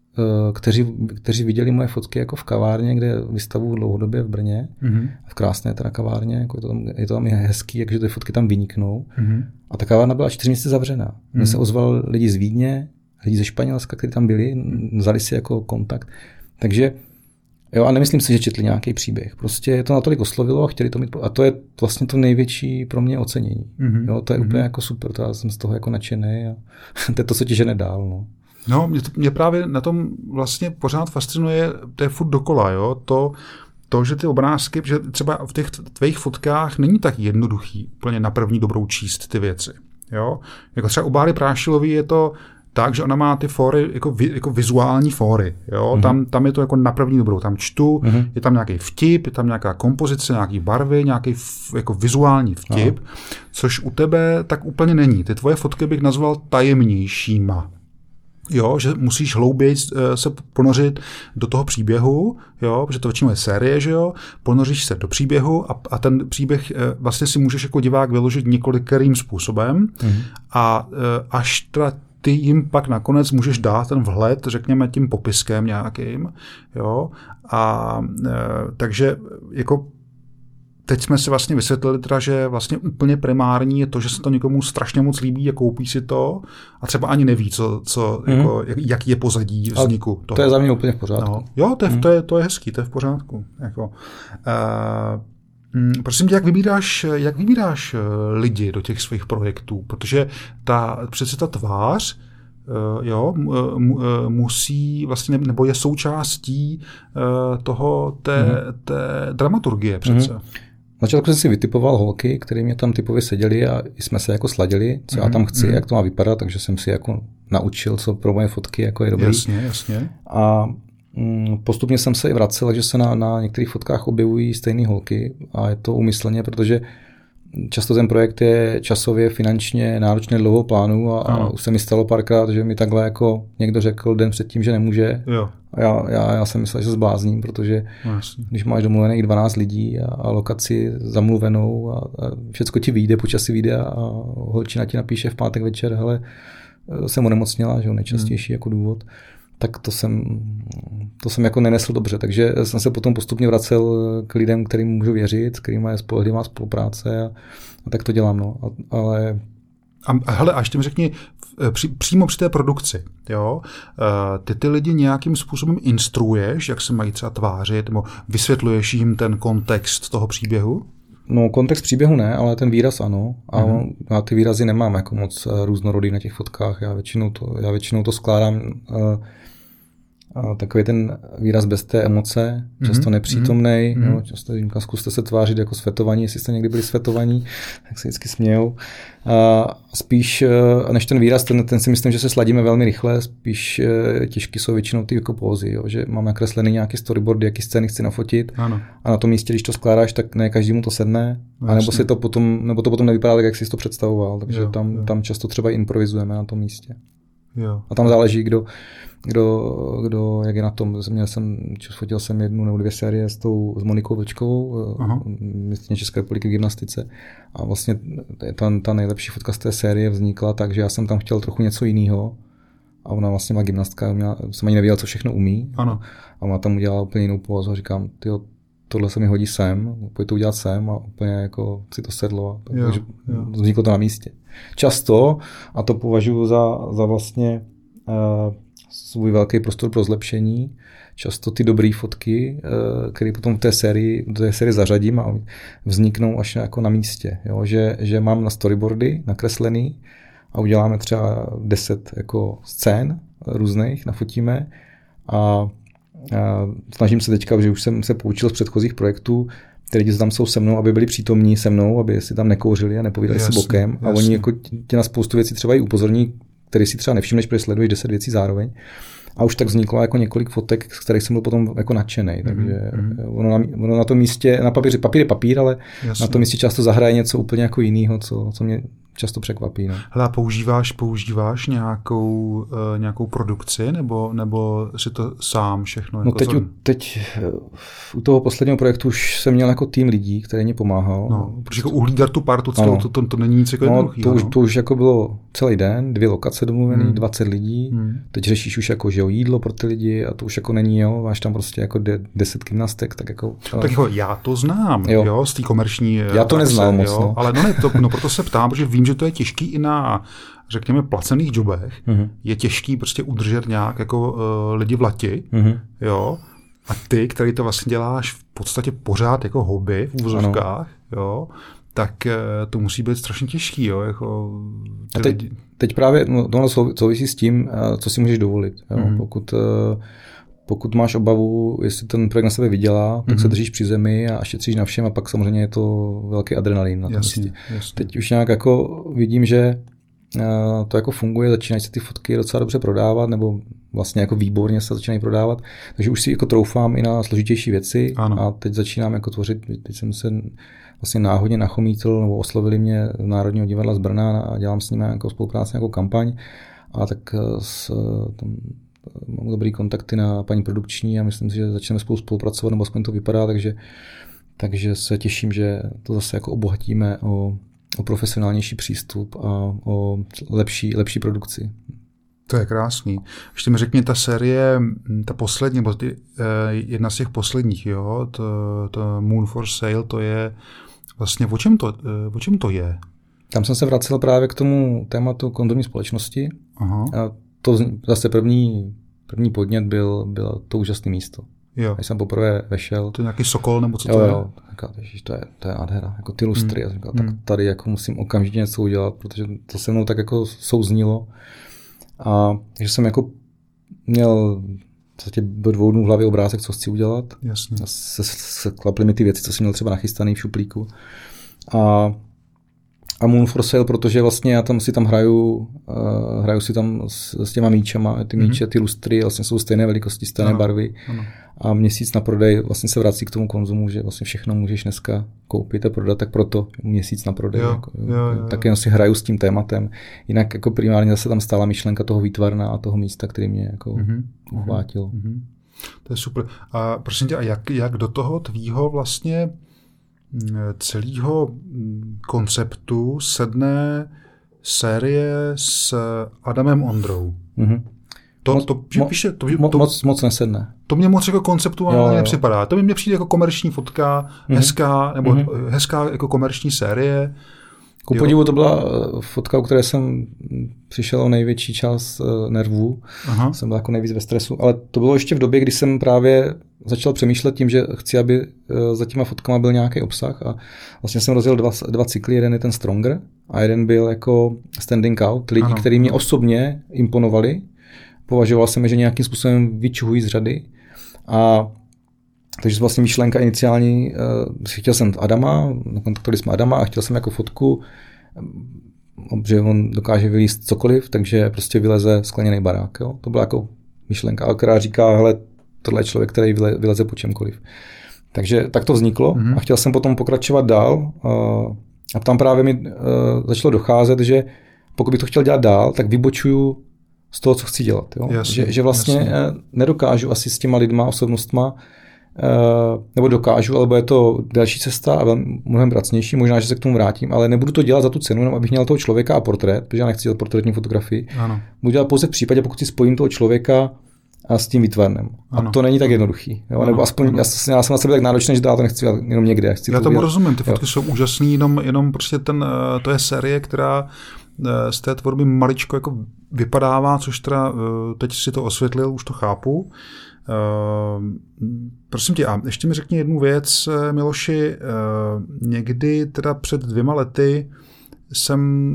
kteří viděli moje fotky jako v kavárně, kde vystavuju dlouhodobě v Brně. V krásné teda kavárně, jako je to tam hezký, takže ty fotky tam vyniknou. A ta kavárna byla 4 měsíce zavřená. Mně se ozval lidi z Vídně, lidi ze Španělska, kteří tam byli, vzali si jako kontakt. Takže jo, a nemyslím si, že četli nějaký příběh. Prostě je to natolik oslovilo a chtěli to mít. A to je vlastně to největší pro mě ocenění. Jo, to je úplně jako super, to já jsem z toho jako nadšený a to je to, co ti žene dál. No. No, mě právě na tom vlastně pořád fascinuje, to je furt dokola, jo, to, že ty obrázky, že třeba v těch tvých fotkách není tak jednoduchý úplně na první dobrou číst ty věci, jo. Jako třeba u Báry Prášilový je to tak, že ona má ty fóry, jako vizuální fóry, jo, tam je to jako na první dobrou, tam čtu, je tam nějaký vtip, je tam nějaká kompozice, nějaký barvy, nějaký jako vizuální vtip, což u tebe tak úplně není. Ty tvoje fotky bych nazval tajemnějšíma. Jo, že musíš hlouběji se ponořit do toho příběhu, jo, protože to většinou je série, že jo, ponoříš se do příběhu a ten příběh vlastně si můžeš jako divák vyložit několikerým způsobem a až teda ty jim pak nakonec můžeš dát ten vhled, řekněme tím popiskem nějakým, jo, a takže jako teď jsme si vlastně vysvětlili teda, že vlastně úplně primární je to, že se to někomu strašně moc líbí a koupí si to a třeba ani neví, jako, jaký je pozadí vzniku toho. To je za mě úplně v pořádku. No. Jo, to je hezký, to je v pořádku. Jako, prosím tě, jak vybíráš lidi do těch svých projektů? Protože přece ta tvář musí vlastně, nebo je součástí té dramaturgie přece. Na začátku jsem si vytipoval holky, které mě tam typově seděli a jsme se jako sladili, co já tam chci, jak to má vypadat, takže jsem si jako naučil, co pro moje fotky jako je dobrý. Jasně. A postupně jsem se i vracel, že se na některých fotkách objevují stejné holky a je to úmyslně, protože často ten projekt je časově, finančně náročně dlouhou plánu a už se mi stalo párkrát, že mi takhle jako někdo řekl den předtím, že nemůže. Jo. A já jsem myslel, že se zblázním, protože když máš domluvených 12 lidí a lokaci zamluvenou a všecko ti vyjde, počasí vyjde a holčina ti napíše v pátek večer, hele, jsem onemocněla, že nejčastější jako důvod, tak to jsem jako nenesl dobře, takže jsem se potom postupně vracel k lidem, kterým můžu věřit, s kterými je spolehlivá spolupráce a tak to dělám, no. Ale hele, až tím řekni, přímo při té produkci. Jo? Ty lidi nějakým způsobem instruuješ, jak se mají třeba tvářit, nebo vysvětluješ jim ten kontext toho příběhu? No, kontext příběhu ne, ale ten výraz ano. A já ty výrazy nemám jako moc různorodý na těch fotkách. Já většinou to skládám takový ten výraz bez té emoce, často nepřítomnej. Jo, často říkám, zkuste se tvářit jako svetovaní, jestli jste někdy byli svetovaní, tak se vždycky smějou. Spíš, než ten výraz, ten si myslím, že se sladíme velmi rychle, spíš těžké jsou většinou ty jako pózy, jo, že mám nakreslený nějaký storyboard, jaký scény chci nafotit, ano. A na tom místě, když to skládáš, tak ne každému to sedne, anebo to potom nevypadá tak, jak jsi to představoval, takže tam často třeba improvizujeme na tom místě. Jo. A tam záleží, kdo jak je na tom. Fotil jsem 1 nebo 2 série s Monikou Vlčkovou, mistryně České republiky v gymnastice. A vlastně ta nejlepší fotka z té série vznikla tak, že já jsem tam chtěl trochu něco jiného. A ona vlastně má gymnastka, jsem ani nevěděl, co všechno umí. Ano. A ona tam udělala úplně jinou pózu a říkám, tyjo, tohle se mi hodí sem, pojď to udělat sem, a úplně jako si to sedlo. Takže vzniklo to na místě. Často, a to považuji za vlastně svůj velký prostor pro zlepšení, často ty dobré fotky, které potom do té série zařadím a vzniknou až jako na místě. Jo? Že mám na storyboardy nakreslený a uděláme třeba 10 jako scén různých, nafotíme a snažím se teďka, že už jsem se poučil z předchozích projektů, ty lidi tam jsou se mnou, aby byli přítomní se mnou, aby si tam nekouřili a nepovídali si bokem. A oni jako tě na spoustu věcí třeba i upozorní, který si třeba nevšimneš, protože sleduješ 10 věcí zároveň. A už tak vzniklo jako několik fotek, z kterých jsem byl potom jako nadšenej. Takže ono na tom místě, na papír je papír, ale na tom místě často zahraje něco úplně jako jiného, co mě často překvapí. No. Hele, používáš nějakou produkci, nebo si to sám všechno? No teď u toho posledního projektu už jsem měl jako tým lidí, který mě pomáhal. No, protože jako uhlídat tu partu celou, to není nic jako jednoduchého. To už jako bylo celý den, 2 lokace domluvený, 20 lidí. Teď řešíš už jako, že jídlo pro ty lidi a to už jako není, jo, máš tam prostě jako 10 gymnastek, tak jako... Tak jako já to znám, jo, z té komerční... Já to neznal moc, no. Ale proto se ptám, protože vím, že to je těžký i na, řekněme, placených jobech. Je těžký prostě udržet nějak jako lidi v lati, jo. A ty, který to vlastně děláš v podstatě pořád jako hobby v uvozovkách, jo, tak to musí být strašně těžký, jo. Jako a teď právě to souvisí s tím, co si můžeš dovolit. Jo. Pokud máš obavu, jestli ten projekt na sebe vydělá, tak se držíš při zemi a šetříš na všem a pak samozřejmě je to velký adrenalin na tom místě. Teď už nějak jako vidím, že to jako funguje, začínají se ty fotky docela dobře prodávat, nebo vlastně jako výborně se začínají prodávat, takže už si jako troufám i na složitější věci. Ano. A teď začínám jako tvořit, teď jsem se vlastně náhodně nachomítl, nebo oslovili mě z Národního divadla z Brna a dělám s nimi jako spolupráci, jako kampaň a tak mám dobrý kontakty na paní produkční a myslím si, že začneme spolu spolupracovat, nebo aspoň to vypadá, takže se těším, že to zase jako obohatíme o profesionálnější přístup a o lepší produkci. To je krásný. Ještě mi řekni, ta série, ta poslední, jedna z těch posledních, jo, to Moon for Sale, to je vlastně, o čem to je? Tam jsem se vracel právě k tomu tématu konzumní společnosti. Aha. A to zase první podnět byl to úžasné místo. Jo. Když jsem poprvé vešel. To je nějaký Sokol nebo co to je? Jo, to je nádhera, jako ty lustry. Já jsem říkal, tak tady jako musím okamžitě něco udělat, protože to se mnou tak jako souznilo. A že jsem jako měl do 2 dnů v hlavě obrázek, co chci udělat. Jasně. Se klaply mi ty věci, co jsem měl třeba nachystaný v šuplíku. A Moon for Sale, protože vlastně já tam hraju si tam s těma míčema, ty míče, ty lustry vlastně jsou stejné velikosti, stejné barvy. Ano. A měsíc na prodej vlastně se vrací k tomu konzumu, že vlastně všechno můžeš dneska koupit a prodat, tak proto měsíc na prodej. Jo. Tak jen si hraju s tím tématem. Jinak jako primárně zase tam stála myšlenka toho výtvarna a toho místa, který mě jako uchvátil. To je super. A prosím tě, a jak do toho tvýho vlastně celého konceptu sedne série s Adamem Ondrou? Moc nesedne. To mě moc jako konceptuálně nepřipadá. To mě přijde jako komerční fotka, hezká, nebo hezká jako komerční série. Ku podivu to byla fotka, u které jsem přišel o největší část nervů. Aha. Jsem byl jako nejvíc ve stresu, ale to bylo ještě v době, kdy jsem právě začal přemýšlet tím, že chci, aby za těma fotkama byl nějaký obsah a vlastně jsem rozjel dva cykly, jeden je ten Stronger a jeden byl jako Standing Out, lidi, kteří mě osobně imponovali. Považoval jsem je, že nějakým způsobem vyčuhují z řady a takže vlastně myšlenka iniciální, chtěl jsem Adama, kontaktovali jsme Adama a chtěl jsem jako fotku, že on dokáže vylízt cokoliv, takže prostě vyleze skleněný barák. Jo? To byla jako myšlenka, která říká, hele, tohle je člověk, který vyleze po čemkoliv. Takže tak to vzniklo a chtěl jsem potom pokračovat dál a tam právě mi začalo docházet, že pokud bych to chtěl dělat dál, tak vybočuju z toho, co chci dělat. Jo? Jasně, že vlastně nedokážu asi s těma lidma, osobnostma, nebo dokážu, alebo je to další cesta a mnohem pracnější, možná, že se k tomu vrátím, ale nebudu to dělat za tu cenu, jenom abych měl toho člověka a portrét, protože já nechci dělat portrétní fotografii. Ano. Budu dělat pouze v případě, pokud si spojím toho člověka a s tím výtvarnem. A to není tak jednoduchý. Jo? Nebo aspoň já jsem na sebe tak náročný, že to nechci dělat jenom někde. Já tomu rozumím, ty fotky jsou úžasný, jenom prostě to je série, která z té tvorby maličko jako vypadává, což teda teď si to osvětlil, už to chápu. Prosím tě, a ještě mi řekni jednu věc, Miloši, někdy teda před 2 lety jsem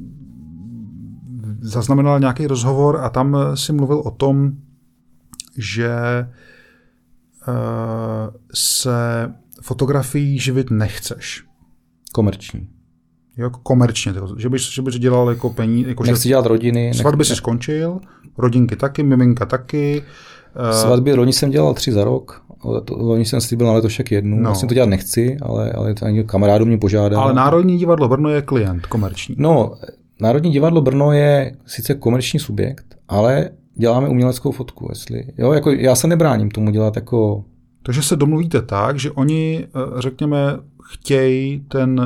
zaznamenal nějaký rozhovor a tam si mluvil o tom, že se fotografií živit nechceš. Komerční. Jako komerčně, že bys dělal jako peníze. Jako nechci dělat rodiny. Svatby si skončil, rodinky taky, miminka taky. Svatby loni jsem dělal 3 za rok, loni jsem slíbil na letošek 1. No. Vlastně to dělat nechci, ale ani kamarádu mě požádal. Ale Národní divadlo Brno je klient komerční. No, Národní divadlo Brno je sice komerční subjekt, ale děláme uměleckou fotku, jo, jako já se nebráním tomu dělat jako... Takže se domluvíte tak, že oni, řekněme, chtějí ten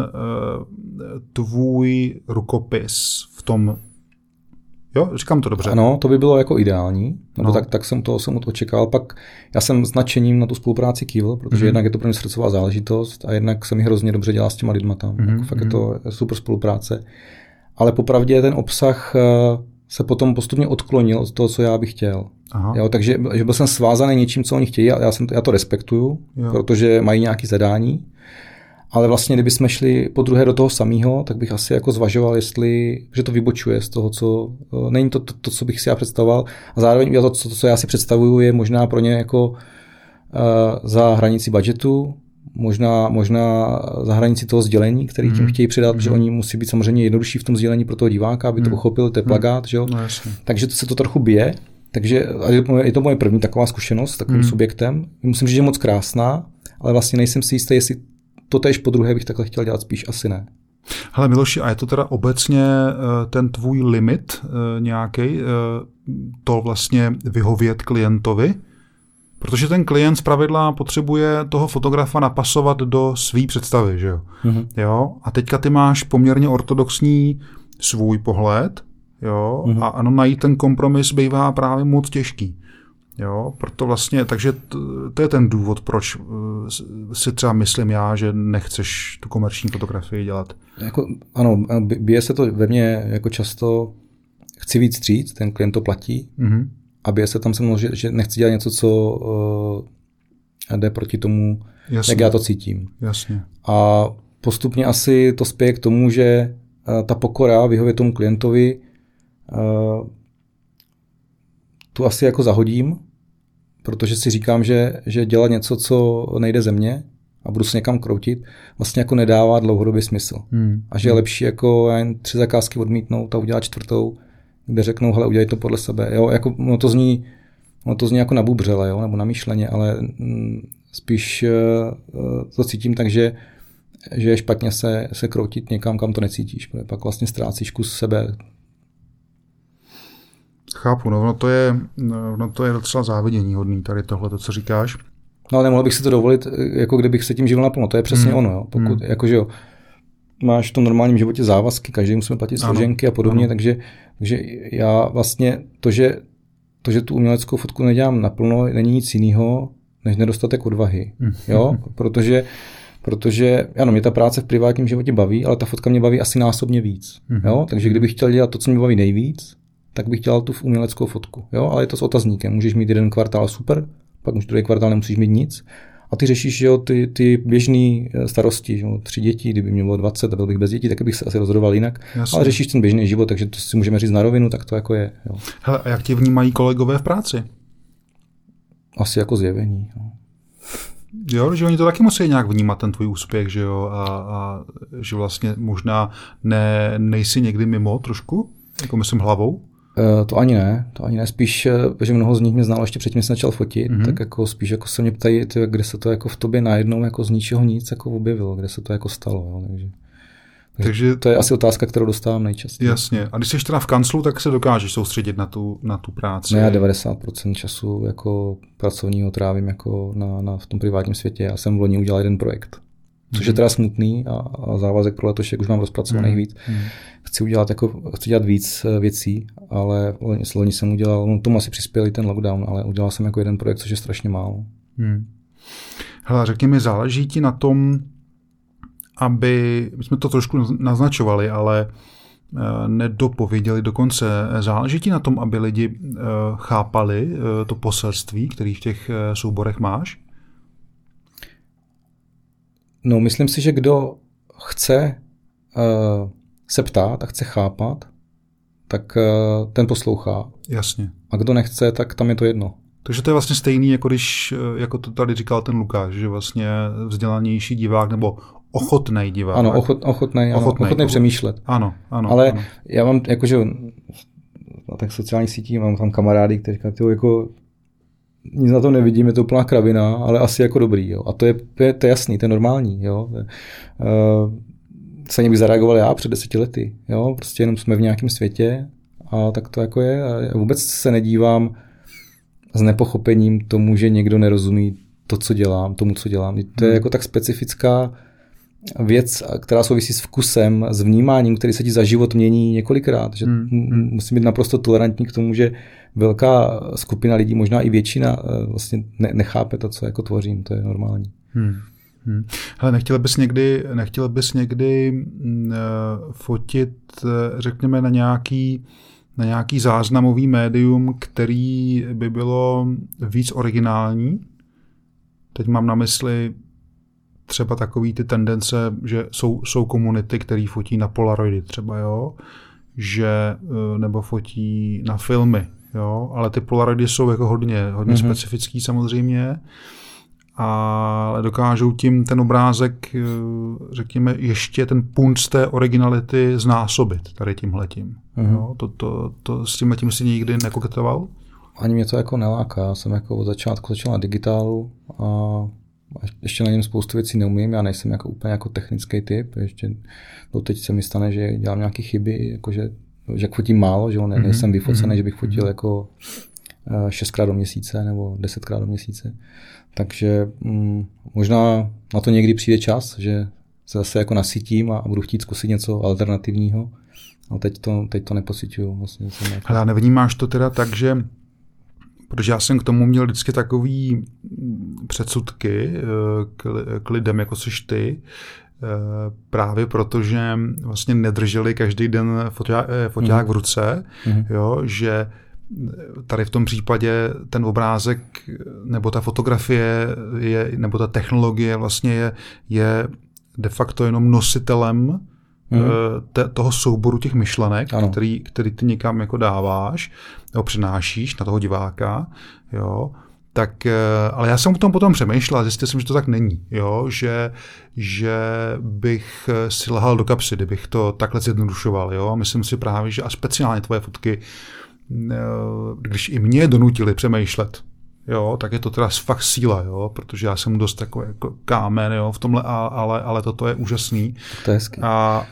tvůj rukopis v tom... Jo, říkám to dobře. Ano, to by bylo jako ideální, nebo tak jsem to očekával. Pak já jsem s nadšením na tu spolupráci kývl, protože jednak je to pro mě srdcová záležitost a jednak se mi hrozně dobře dělá s těma lidma tam. Jako fakt je to super spolupráce. Ale popravdě ten obsah se potom postupně odklonil od toho, co já bych chtěl. Jo, takže že byl jsem svázaný něčím, co oni chtějí, já to respektuju, protože mají nějaké zadání. Ale vlastně, kdybychom šli po druhé do toho samého, tak bych asi jako zvažoval, že to vybočuje z toho, co není to, co bych si já představoval. A zároveň to, co já si představuju, je možná pro ně jako za hranici budgetu, možná za hranici toho sdělení, který tím chtějí předat, že oni musí být samozřejmě jednodušší v tom sdělení pro toho diváka, aby to pochopil, to je plakát, že jo. No, takže se to trochu bije. Takže je to moje první taková zkušenost s takovým subjektem. Musím říct, že je moc krásná, ale vlastně nejsem si jistý, jestli to též po druhé bych takhle chtěl dělat, spíš asi ne. Hele Miloši, a je to teda obecně ten tvůj limit nějaký, to vlastně vyhovět klientovi? Protože ten klient zpravidla potřebuje toho fotografa napasovat do svý představy, že jo? Jo? A teďka ty máš poměrně ortodoxní svůj pohled, jo? A ano, najít ten kompromis bývá právě moc těžký. Jo, proto vlastně, takže to je ten důvod, proč si třeba myslím já, že nechceš tu komerční fotografii dělat. Jako, ano, bije se to ve mně jako často, chci víc vstříc, ten klient to platí, a bije se tam se mnou, že nechci dělat něco, co jde proti tomu, jak já to cítím. Jasně. A postupně asi to spěje k tomu, že ta pokora vyhově tomu klientovi tu asi jako zahodím, protože si říkám, že dělat něco, co nejde ze mě a budu se někam kroutit, vlastně jako nedává dlouhodobý smysl. A že je lepší jako 3 zakázky odmítnout a udělat 4., kde řeknou, hele, udělej to podle sebe. Jo, jako, ono to zní jako na bubřele, jo, nebo na myšleně, ale spíš to cítím tak, že je špatně se kroutit někam, kam to necítíš, protože pak vlastně ztrácíš kus sebe. Chápu, no to je docela závidění hodný tady tohle, to, co říkáš. No ale nemohl bych si to dovolit, jako kdybych se tím živil naplno, to je přesně ono, jo. Pokud, jakože jo, máš v tom normálním životě závazky, každý musíme platit složenky a podobně, takže já vlastně to, že tu uměleckou fotku nedělám naplno, není nic jiného, než nedostatek odvahy, jo, protože Protože, ano, mě ta práce v privátním životě baví, ale ta fotka mě baví asi násobně víc. Jo? Takže kdybych chtěl dělat to, co mě baví nejvíc, tak bych dělal tu uměleckou fotku. Jo? Ale je to s otazníkem. Můžeš mít jeden kvartál super, pak už druhý kvartál nemusíš mít nic. A ty řešíš, jo, ty běžné starosti, jo, 3 děti, kdyby mě bylo 20 a byl bych bez dětí, tak bych se asi rozhodoval jinak. Jasně. Ale řešíš ten běžný život, takže to si můžeme říct na rovinu, tak to jako je. Jo. Hele, a jak tě vnímají kolegové v práci? Asi jako zjevení. Jo. Jo, že oni to taky musí nějak vnímat, ten tvůj úspěch, že jo, a že vlastně možná nejsi někdy mimo trošku, jako myslím hlavou? To ani ne, spíš, že mnoho z nich mě znalo ještě předtím, jsem začal fotit, tak jako spíš jako se mě ptají, kde se to jako v tobě najednou jako z ničeho nic jako objevilo, kde se to jako stalo, jo, takže to je asi otázka, kterou dostávám nejčastěji. Jasně. A když jsi teda v kanclu, tak se dokážeš soustředit na tu práci? No já 90% času jako pracovního trávím jako v tom privátním světě. Já jsem v loni udělal jeden projekt, což je teda smutný a závazek pro letošek už mám rozpracovaných víc. Chci dělat víc věcí, ale loni jsem udělal, no tomu asi přispěl i ten lockdown, ale udělal jsem jako jeden projekt, což je strašně málo. Hele, řekni mi, záleží ti na tom, aby, my jsme to trošku naznačovali, ale nedopověděli dokonce, záleží ti na tom, aby lidi chápali to poselství, který v těch souborech máš? No, myslím si, že kdo chce se ptát a chce chápat, tak ten poslouchá. Jasně. A kdo nechce, tak tam je to jedno. Takže to je vlastně stejný, jako to tady říkal ten Lukáš, že vlastně vzdělanější divák nebo ochotnej divák. Ano, ochotnej přemýšlet. Ano. Ale já mám, jakože na těch sociálních sítích mám tam kamarády, kteří říkají, jako nic na to nevidím, je to úplná kravina, ale asi jako dobrý. Jo. A to je jasný, to je normální. Jo. Se bych zareagoval já před 10 lety. Jo. Prostě jenom jsme v nějakém světě a tak to jako je. A vůbec se nedívám s nepochopením tomu, že někdo nerozumí tomu, co dělám. To je jako tak specifická věc, která souvisí s vkusem, s vnímáním, který se ti za život mění několikrát. Že musím být naprosto tolerantní k tomu, že velká skupina lidí, možná i většina, vlastně nechápe to, co jako tvořím. To je normální. Hele, nechtěl bys někdy fotit, řekněme, na nějaký záznamový médium, který by bylo víc originální? Teď mám na mysli třeba takový ty tendence, že jsou komunity, které fotí na polaroidy třeba, jo, že nebo fotí na filmy, jo, ale ty polaroidy jsou jako hodně specifický samozřejmě, ale dokážou tím ten obrázek, řekněme, ještě ten punc té originality znásobit tady tímhletím. Jo, to s tímhletím si nikdy nekoketoval? Ani mě to jako neláká. Já jsem jako od začátku začal na digitálu a ještě na něm spoustu věcí neumím. Já nejsem jako úplně jako technický typ. Ještě doteď se mi stane, že dělám nějaké chyby, jakože, že fotím málo, že nejsem vyfocený, že bych fotil jako 6krát do měsíce nebo 10krát do měsíce. Takže možná na to někdy přijde čas, že se zase jako nasytím a budu chtít zkusit něco alternativního. Ale teď to nepociťuju. Vlastně ale nevnímáš to teda tak, že protože já jsem k tomu měl vždycky takový předsudky k lidem, jako seš ty, právě protože vlastně nedrželi každý den foťák v ruce, jo, že tady v tom případě ten obrázek nebo ta fotografie nebo ta technologie vlastně je de facto jenom nositelem toho souboru těch myšlenek, který ty někam jako dáváš nebo přinášíš na toho diváka, jo, tak, ale já jsem o tom potom přemýšlel a zjistil jsem, že to tak není, jo, že bych si lhal do kapsy, kdybych to takhle zjednodušoval, jo, a myslím si právě, že a speciálně tvoje fotky, když i mě donutili přemýšlet, jo, tak je to teda fakt síla, jo, protože já jsem dost takový jako kámen, jo, v tomhle, ale toto je úžasný. To je hezký.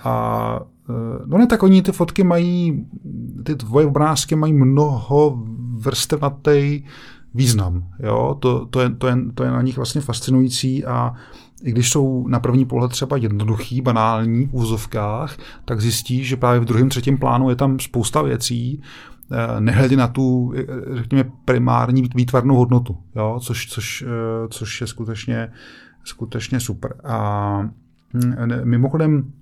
No ne, tak oni ty fotky mají, ty tvoje obrázky mají mnoho vrstevnatý význam, jo, to je na nich vlastně fascinující a i když jsou na první pohled třeba jednoduchý, banální v úzovkách, tak zjistíš, že právě v druhém, třetím plánu je tam spousta věcí, nehledě na tu, řekněme, primární výtvarnou hodnotu, jo? Což je skutečně skutečně super. A mimochodem,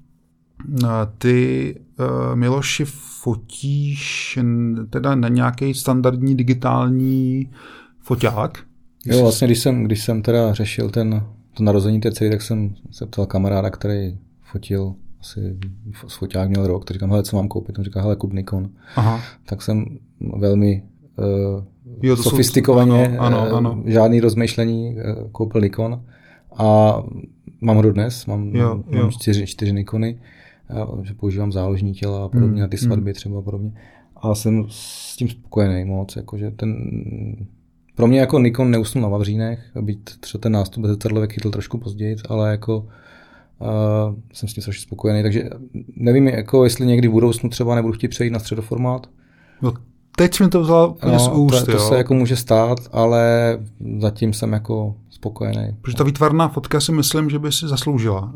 ty, Miloši, fotíš teda na nějaký standardní digitální foťák? Jo, vlastně když jsem teda řešil to narození té dcery, tak jsem se ptal kamaráda, který fotil asi foťák měl rok, tak říkám, hele, co mám koupit? On říká, hele, kup Nikon. Aha. Tak jsem velmi sofistikovaně, ano. Žádný rozmýšlení, koupil Nikon a mám ho dodnes, mám 4 Nikony, že používám záložní těla a podobně, na ty svatby třeba a podobně. A jsem s tím spokojený moc, jakože pro mě jako Nikon neusnul na vavřínech, byť třeba ten nástup bez zrcadlovek chytl trošku později, ale jako jsem s tím strašně spokojený, takže nevím, jako jestli někdy v budoucnu třeba nebudu chtít přejít na středoformát. No, teď jsem to vzal z úst. To se jako může stát, ale zatím jsem jako spokojený. Protože ta výtvarná fotka si myslím, že by si zasloužila,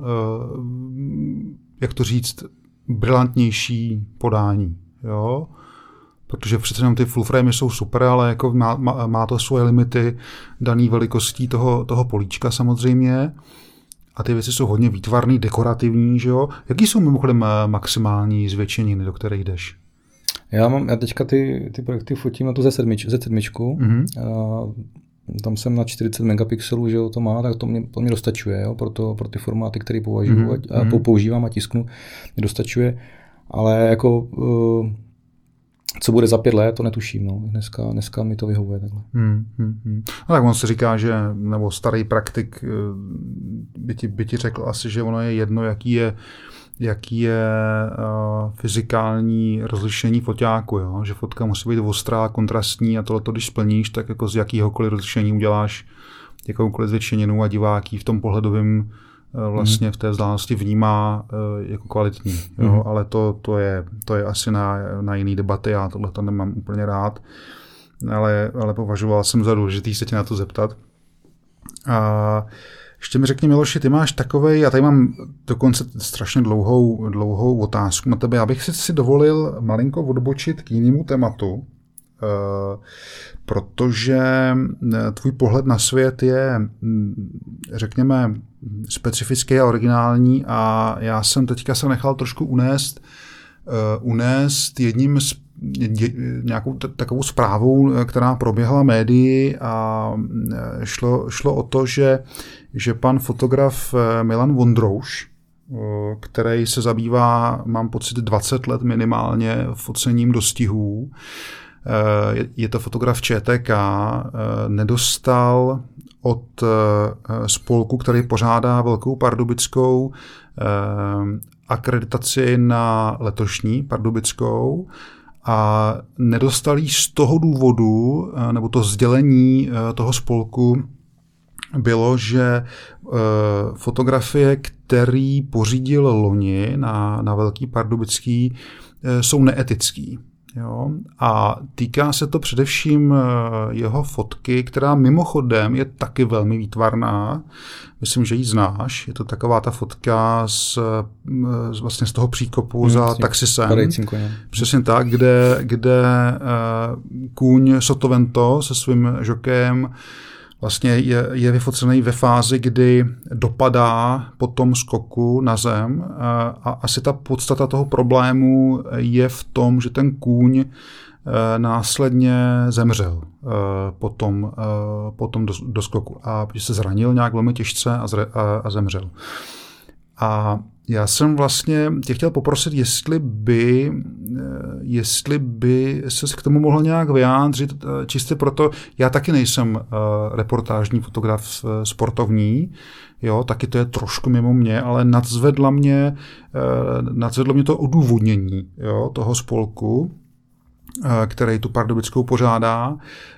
jak to říct, brilantnější podání. Jo? Protože přece jenom ty full framey jsou super, ale jako má to svoje limity daný velikostí toho políčka samozřejmě. A ty věci jsou hodně výtvarný, dekorativní, že jo? Jaký jsou mimochodem maximální zvětšeniny, do kterých jdeš? Já teďka ty projekty fotím na tu Z7. Tam jsem na 40 megapixelů, že jo, to má, tak to mě dostačuje, jo, pro ty formáty, které používám a tisknu, mě dostačuje, ale jako co bude za 5 let, to netuším, no. Dneska mi to vyhovuje takhle. No tak on si říká, že, nebo starý praktik by ti řekl asi, že ono je jedno, jaký je fyzikální rozlišení foťáku, jo? Že fotka musí být ostrá, kontrastní a tohleto, když splníš, tak jako z jakýhokoliv rozlišení uděláš jakoukoliv zvětšeninu a divák ji v tom pohledovém vlastně v té vzdálenosti vnímá jako kvalitní. Jo? Ale to je asi na jiný debaty, já tohleto nemám úplně rád, ale považoval jsem za důležitý se tě na to zeptat. A ještě mi řekni, Miloši, ty máš takovej, já tady mám dokonce strašně dlouhou otázku na tebe. Já bych si dovolil malinko odbočit k jinému tématu, protože tvůj pohled na svět je, řekněme, specifický a originální a já jsem teďka se nechal trošku unést nějakou takovou zprávou, která proběhla médii a šlo o to, že pan fotograf Milan Vondrouš, který se zabývá, mám pocit, 20 let minimálně focením dostihů, je to fotograf ČTK, nedostal od spolku, který pořádá Velkou Pardubickou, akreditaci na letošní Pardubickou a nedostal jí z toho důvodu, nebo to sdělení toho spolku bylo, že fotografie, který pořídil loni na Velký Pardubický, jsou neetický. Jo? A týká se to především jeho fotky, která mimochodem je taky velmi výtvarná. Myslím, že ji znáš. Je to taková ta fotka vlastně z toho příkopu za taxisem. Přesně tak, kde kůň Sotovento se svým žokem vlastně je vyfocený ve fázi, kdy dopadá po tom skoku na zem a asi ta podstata toho problému je v tom, že ten kůň následně zemřel po tom doskoku a že se zranil nějak velmi těžce a zemřel. A já jsem vlastně tě chtěl poprosit, jestli by se k tomu mohl nějak vyjádřit, čistě proto, já taky nejsem reportážní fotograf sportovní, jo, taky to je trošku mimo mě, ale nadzvedlo mě to odůvodnění, jo, toho spolku, který tu Pardubickou pořádá.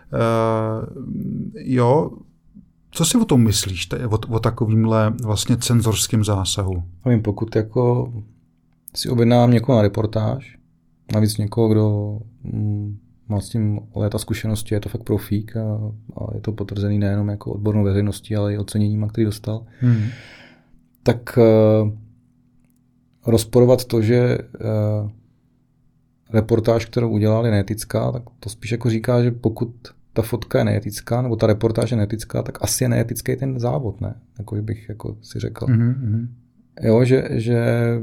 Jo, co si o tom myslíš, o takovýmhle vlastně cenzorském zásahu? Nevím, pokud jako si objednám někoho na reportáž, navíc někoho, kdo má s tím léta zkušenosti, je to fakt profík a je to potvrzený nejenom jako odbornou veřejností, ale i oceněním, který dostal, tak rozporovat to, že reportáž, kterou udělal, je neetická, tak to spíš jako říká, že pokud ta fotka je neetická, nebo ta reportáž je neetická, tak asi je neetický ten závod, ne? Jako bych jako si řekl. Jo, že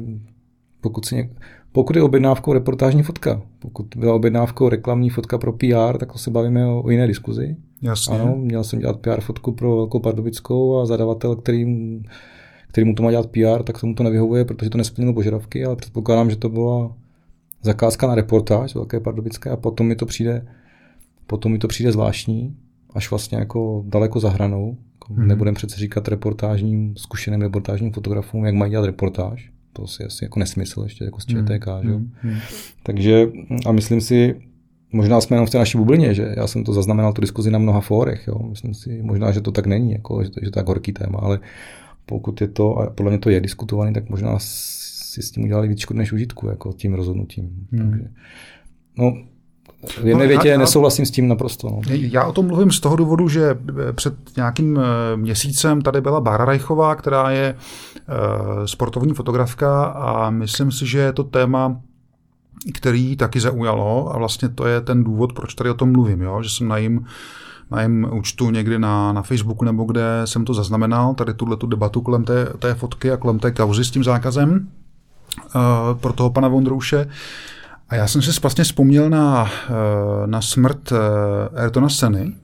pokud je objednávkou reportážní fotka, pokud byla objednávkou reklamní fotka pro PR, tak se bavíme o jiné diskuzi. Jasně. Ano, měl jsem dělat PR fotku pro Velkou Pardubickou a zadavatel, který mu to má dělat PR, tak tomu to nevyhovuje, protože to nesplnilo požadavky, ale předpokládám, že to byla zakázka na reportáž Velké Pardubické a potom mi to přijde zvláštní, až vlastně jako daleko za hranou. Nebudem přece říkat zkušeným reportážním fotografům, jak mají dělat reportáž. To je asi jako nesmysl ještě jako z ČTK. Takže a myslím si, možná jsme jenom v té naší bublině, že já jsem to zaznamenal tu diskuzi na mnoha fórech. Jo. Myslím si možná, že to tak není, jako, že to je tak horký téma, ale pokud je to, a podle mě to je diskutovaný, tak možná si s tím udělali víc škody než užitku, jako tím rozhodnutím. Takže, no, v jedné větě nesouhlasím s tím naprosto. No. Já o tom mluvím z toho důvodu, že před nějakým měsícem tady byla Bára Rajchová, která je sportovní fotografka a myslím si, že je to téma, který taky zaujalo a vlastně to je ten důvod, proč tady o tom mluvím, jo? Že jsem na jejím účtu někdy na Facebooku nebo kde jsem to zaznamenal, tady tuhletu debatu kolem té fotky a kolem té kauzy s tím zákazem pro toho pana Vondrouše. A já jsem si vlastně vzpomněl na smrt Ayrtona Senny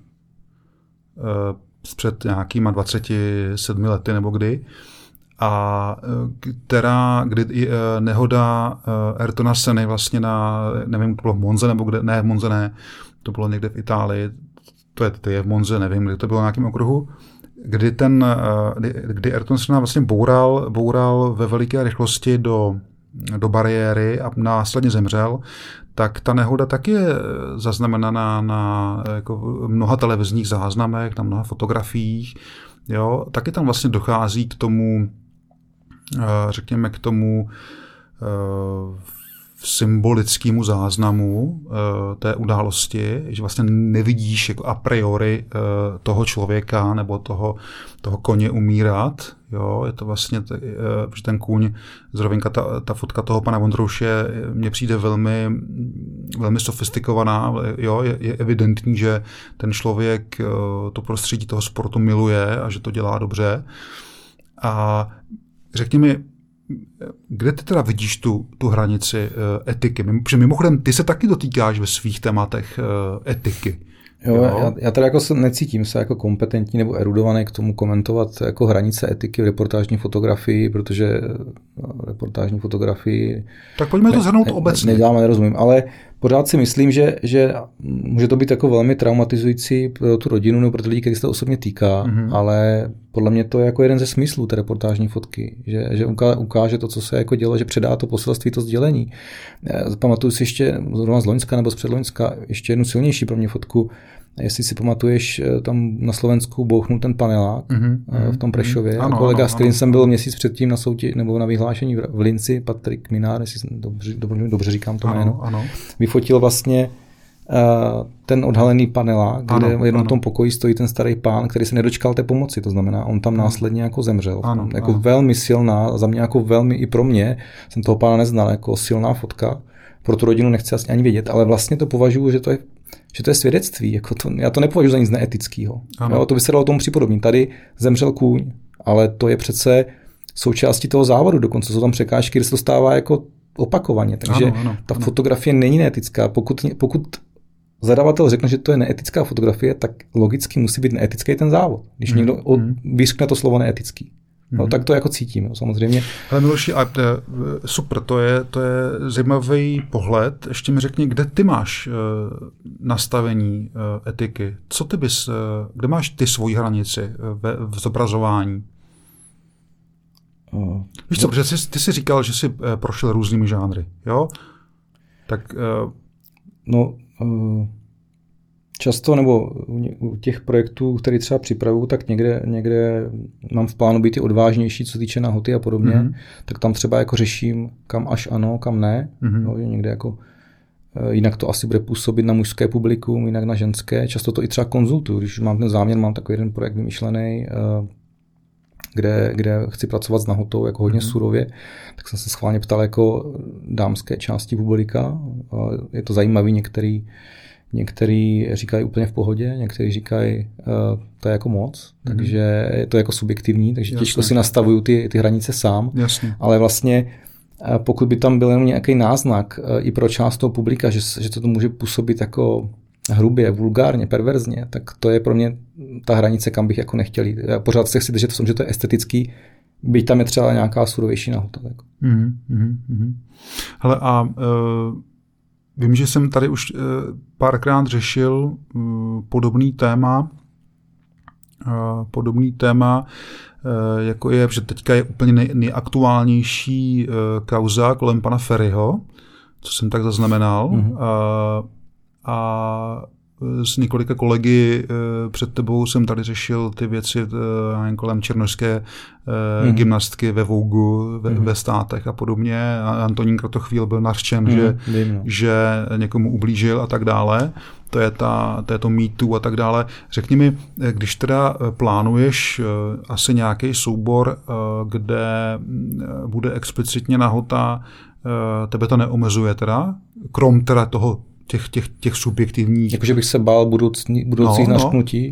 před nějakýma 27 lety nebo kdy. A kdy nehoda Ayrtona Senny vlastně nevím, to bylo v Monze nebo kde, ne v Monze ne, to bylo někde v Itálii, to je v Monze, nevím, kde to bylo na nějakém okruhu, kdy Ayrton Senna vlastně boural ve veliké rychlosti do bariéry a následně zemřel, tak ta nehoda taky je zaznamenaná na jako mnoha televizních záznamech, na mnoha fotografiích. Jo? Taky tam vlastně dochází k tomu, řekněme, k tomu symbolickému záznamu té události, že vlastně nevidíš jako a priori toho člověka nebo toho koně umírat. Jo? Je to vlastně, že ten kůň, zrovna ta fotka toho pana Vondrouše mně přijde velmi, velmi sofistikovaná. Jo? Je evidentní, že ten člověk to prostředí toho sportu miluje a že to dělá dobře. A řekněme, kde ty teda vidíš tu hranici etiky? Protože mimochodem, ty se taky dotýkáš ve svých tématech etiky. Jo? Já teda jako necítím se jako kompetentní nebo erudovaný k tomu komentovat jako hranice etiky v reportážní fotografii, protože reportážní fotografii... Tak pojďme to shrnout obecně. Nerozumím, ale pořád si myslím, že může to být jako velmi traumatizující pro tu rodinu nebo pro ty lidi, který se to osobně týká, ale podle mě to je jako jeden ze smyslů té reportážní fotky, že ukáže to, co se jako dělo, že předá to poselství, to sdělení. Pamatuju si ještě zrovna z loňska nebo z předloňska ještě jednu silnější pro mě fotku. Jestli si pamatuješ, tam na Slovensku bouchnul ten panelák v tom Prešově. Ano, kolega, s kterým jsem byl měsíc předtím na soutěži nebo na vyhlášení v Linci, Patrik Minár, jestli dobře říkám to jméno, vyfotil vlastně ten odhalený panelák, kde v jednom tom pokoji stojí ten starý pán, který se nedočkal té pomoci. To znamená, on tam následně jako zemřel. Velmi silná, za mě jako velmi i pro mě, jsem toho pána neznal, jako silná fotka. Pro tu rodinu nechci asi ani vědět, ale vlastně to považuji, že to je svědectví. Jako já to nepovažuji za nic neetického. To by se dalo tomu připodobnit. Tady zemřel kůň, ale to je přece součástí toho závodu. Dokonce jsou tam překážky, kde se to stává jako opakovaně. Takže ta fotografie není neetická. Pokud zadavatel řekne, že to je neetická fotografie, tak logicky musí být neetický ten závod. Když někdo vyřkne to slovo neetický. Tak to jako cítím, samozřejmě. Ale Miloši, super, to je zajímavý pohled. Ještě mi řekni, kde ty máš nastavení etiky? Kde máš ty svoji hranici v zobrazování? Víš co, protože ty jsi říkal, že jsi prošel různými žánry, jo? Tak... Často, nebo u těch projektů, které třeba připravuju, tak někde mám v plánu být i odvážnější, co týče nahoty a podobně, tak tam třeba jako řeším, kam až ano, kam ne. Někde jako, jinak to asi bude působit na mužské publikum, jinak na ženské. Často to i třeba konzultuju, když mám ten záměr, mám takový jeden projekt vymyšlený, kde chci pracovat s nahotou jako hodně surově, tak jsem se schválně ptal jako dámské části publika. Je to zajímavý, Někteří říkají úplně v pohodě, někteří říkají, to je jako moc, takže je to jako subjektivní, takže těžko si nastavuju ty hranice sám. Jasně. Ale vlastně pokud by tam byl jenom nějaký náznak i pro část toho publika, že to může působit jako hrubě, vulgárně, perverzně, tak to je pro mě ta hranice, kam bych jako nechtěl jít. Já pořád se chci držet v tom, že to je estetický, byť tam je třeba nějaká surovější nahota. Hele, a vím, že jsem tady už párkrát řešil podobný téma, jako je, že teďka je úplně nejaktuálnější kauza kolem pana Feriho, co jsem tak zaznamenal. A s několika kolegy před tebou jsem tady řešil ty věci kolem černošské gymnastky ve Vougu ve státech a podobně. A Antonín Kratochvíl byl nařčen, že někomu ublížil a tak dále. To je to Me Too a tak dále. Řekni mi, když teda plánuješ asi nějaký soubor, kde bude explicitně nahota, tebe to neomezuje teda? Krom teda toho těch subjektivních... Jakože bych se bál budoucích nařknutí.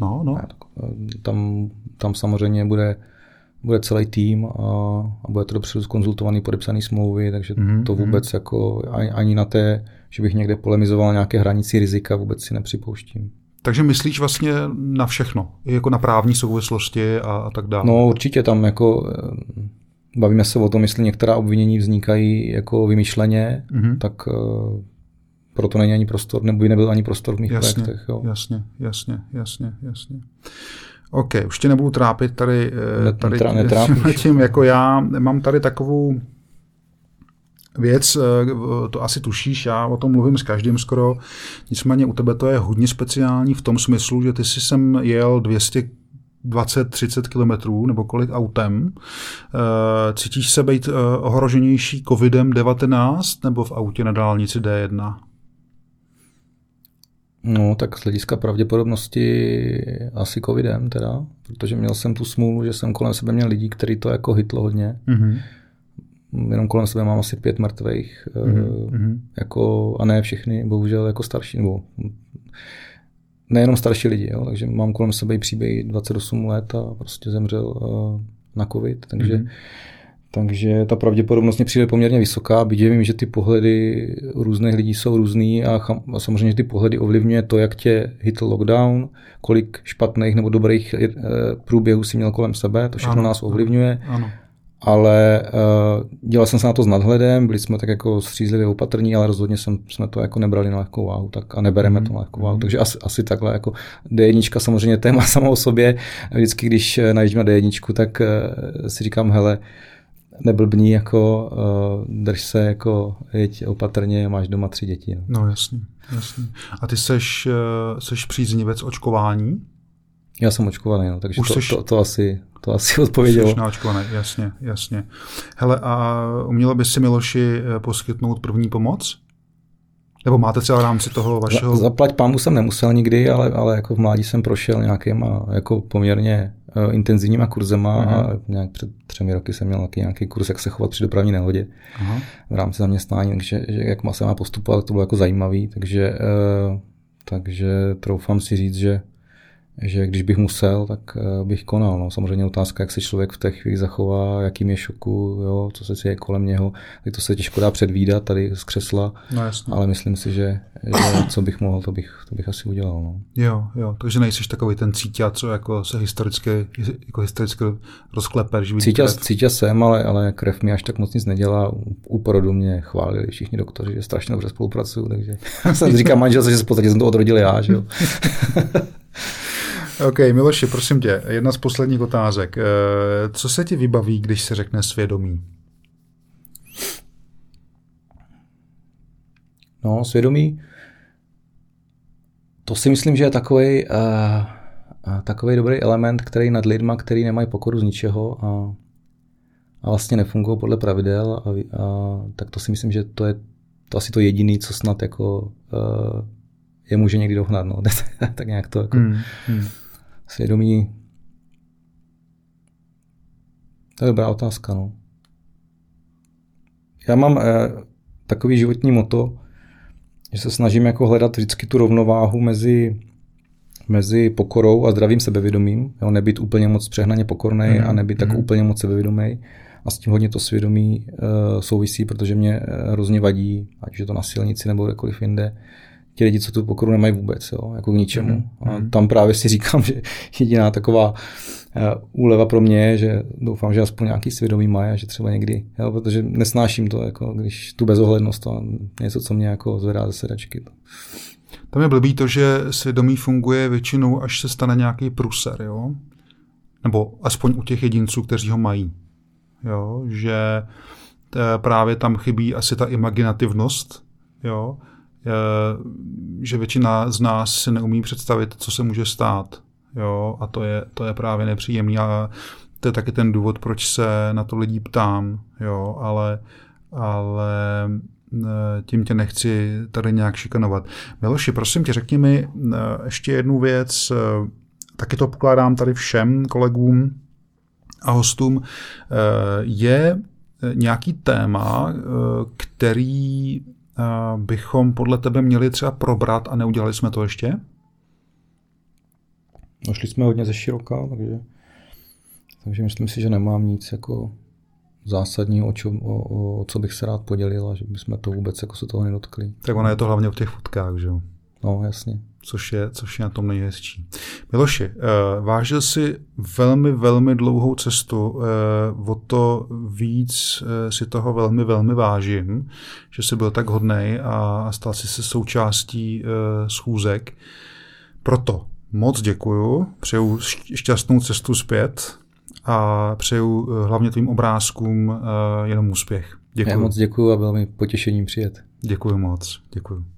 Tam samozřejmě bude celý tým a bude to dopředu zkonzultovaný, podepsaný smlouvy, takže to vůbec jako ani na té, že bych někde polemizoval nějaké hranici rizika, vůbec si nepřipouštím. Takže myslíš vlastně na všechno, jako na právní souvislosti a tak dále? No určitě tam jako... Bavíme se o tom, jestli některá obvinění vznikají jako vymyšleně, tak proto není ani prostor, nebo by nebyl ani prostor v mých projektech. Jo. Jasně. OK, už tě nebudu trápit tady tím, jako já mám tady takovou věc, to asi tušíš, já o tom mluvím s každým skoro, nicméně u tebe to je hodně speciální v tom smyslu, že ty jsi sem jel 220-30 kilometrů nebo kolik autem. Cítíš se být ohroženější covidem-19 nebo v autě na dálnici D1? No, tak z hlediska pravděpodobnosti asi covidem teda, protože měl jsem tu smůlu, že jsem kolem sebe měl lidí, který to jako hitlo hodně. Jenom kolem sebe mám asi 5 mrtvých, jako, a ne všechny, bohužel jako starší, nebo nejenom starší lidi, jo, takže mám kolem sebe i příběhy 28 let a prostě zemřel na covid, takže ta pravděpodobnost mě přijde poměrně vysoká, byť vím, že ty pohledy různých lidí jsou různý a samozřejmě ty pohledy ovlivňuje to, jak tě hitl lockdown, kolik špatných nebo dobrých průběhů si měl kolem sebe, to všechno nás ovlivňuje. Ano. Ale dělal jsem se na to s nadhledem, byli jsme tak jako střízlivě opatrní, ale rozhodně jsme to jako nebrali na lehkou váhu a nebereme to na lehkou váhu. Takže asi takhle jako D1 samozřejmě téma samo o sobě. Vždycky, když najíždím na D1, tak si říkám, hele, neblbní, jako drž se, jako jeď opatrně, máš doma 3 děti. No jasně. A ty seš příznivec očkování? Já jsem očkovaný, no, takže to asi odpovědělo. Jsi naočkovaný, jasně. Hele, a uměla bys si, Miloši, poskytnout první pomoc? Nebo máte třeba v rámci toho vašeho... Zaplať pánbůh jsem nemusel nikdy, ale jako v mládí jsem prošel nějakýma jako poměrně intenzivníma kurzema a nějak před 3 roky jsem měl nějaký kurz, jak se chovat při dopravní nehodě v rámci zaměstnání, takže jak se má postupovat, to bylo jako zajímavý, takže troufám si říct, že když bych musel, tak bych konal. No. Samozřejmě otázka, jak se člověk v té chvíli zachová, jakým je šoku, jo, co se děje kolem něho. Tak to se těžko dá předvídat tady z křesla, ale myslím si, že co bych mohl, to bych asi udělal. No. Jo, takže nejsiš takový ten cíťat, co jako se historicky rozklepe. Cíťat jsem, ale krev mi až tak moc nic nedělá. U porodu mě chválili všichni doktoři, že strašně dobře spolupracuju, takže jsem říkal manželce, že v podstatě jsem to odrodil já, že jo. OK, Miloši, prosím tě, jedna z posledních otázek. Co se ti vybaví, když se řekne svědomí? No, svědomí, to si myslím, že je takový dobrý element, který nad lidma, který nemají pokoru z ničeho a vlastně nefungují podle pravidel, tak to si myslím, že to je to asi to jediné, co snad jako je může někdy dohnat. No. Tak nějak to jako svědomí. To je dobrá otázka. No. Já mám takový životní motto, že se snažím jako hledat vždycky tu rovnováhu mezi pokorou a zdravým sebevědomím, jo, nebýt úplně moc přehnaně pokornej a nebýt tak úplně moc sebevědomý. A s tím hodně to svědomí souvisí, protože mě hrozně vadí, ať je to na silnici nebo kdekoliv jinde, ti lidi, co tu pokoru nemají vůbec, jo, jako k ničemu. A tam právě si říkám, že jediná taková úleva pro mě je, že doufám, že aspoň nějaký svědomí mají a že třeba někdy, jo, protože nesnáším to, jako když tu bezohlednost a něco, co mě jako zvedá ze sedačky. Tam je blbý to, že svědomí funguje většinou, až se stane nějaký průser, jo? Nebo aspoň u těch jedinců, kteří ho mají. Jo? Že právě tam chybí asi ta imaginativnost, jo? Že většina z nás si neumí představit, co se může stát. Jo? A to je právě nepříjemný. A to je taky ten důvod, proč se na to lidí ptám. Jo? Ale tím tě nechci tady nějak šikanovat. Miloši, prosím tě, řekni mi ještě jednu věc. Taky to pokládám tady všem kolegům a hostům. Je nějaký téma, který bychom podle tebe měli třeba probrat a neudělali jsme to ještě? No, šli jsme hodně ze široka, takže myslím si, že nemám nic jako zásadního, o co bych se rád podělil a že bychom to vůbec jako se toho nedotkli. Tak ono je to hlavně v těch fotkách, že jo? No, jasně. Což je na tom nejhezčí. Miloši, vážil si velmi, velmi dlouhou cestu, o to víc si toho velmi, velmi vážím, že jsi byl tak hodnej a stal jsi se součástí schůzek. Proto moc děkuju, přeju šťastnou cestu zpět a přeju hlavně tvým obrázkům jenom úspěch. Děkuju. Já moc děkuju a bylo mi potěšením přijet. Děkuju moc. Děkuju.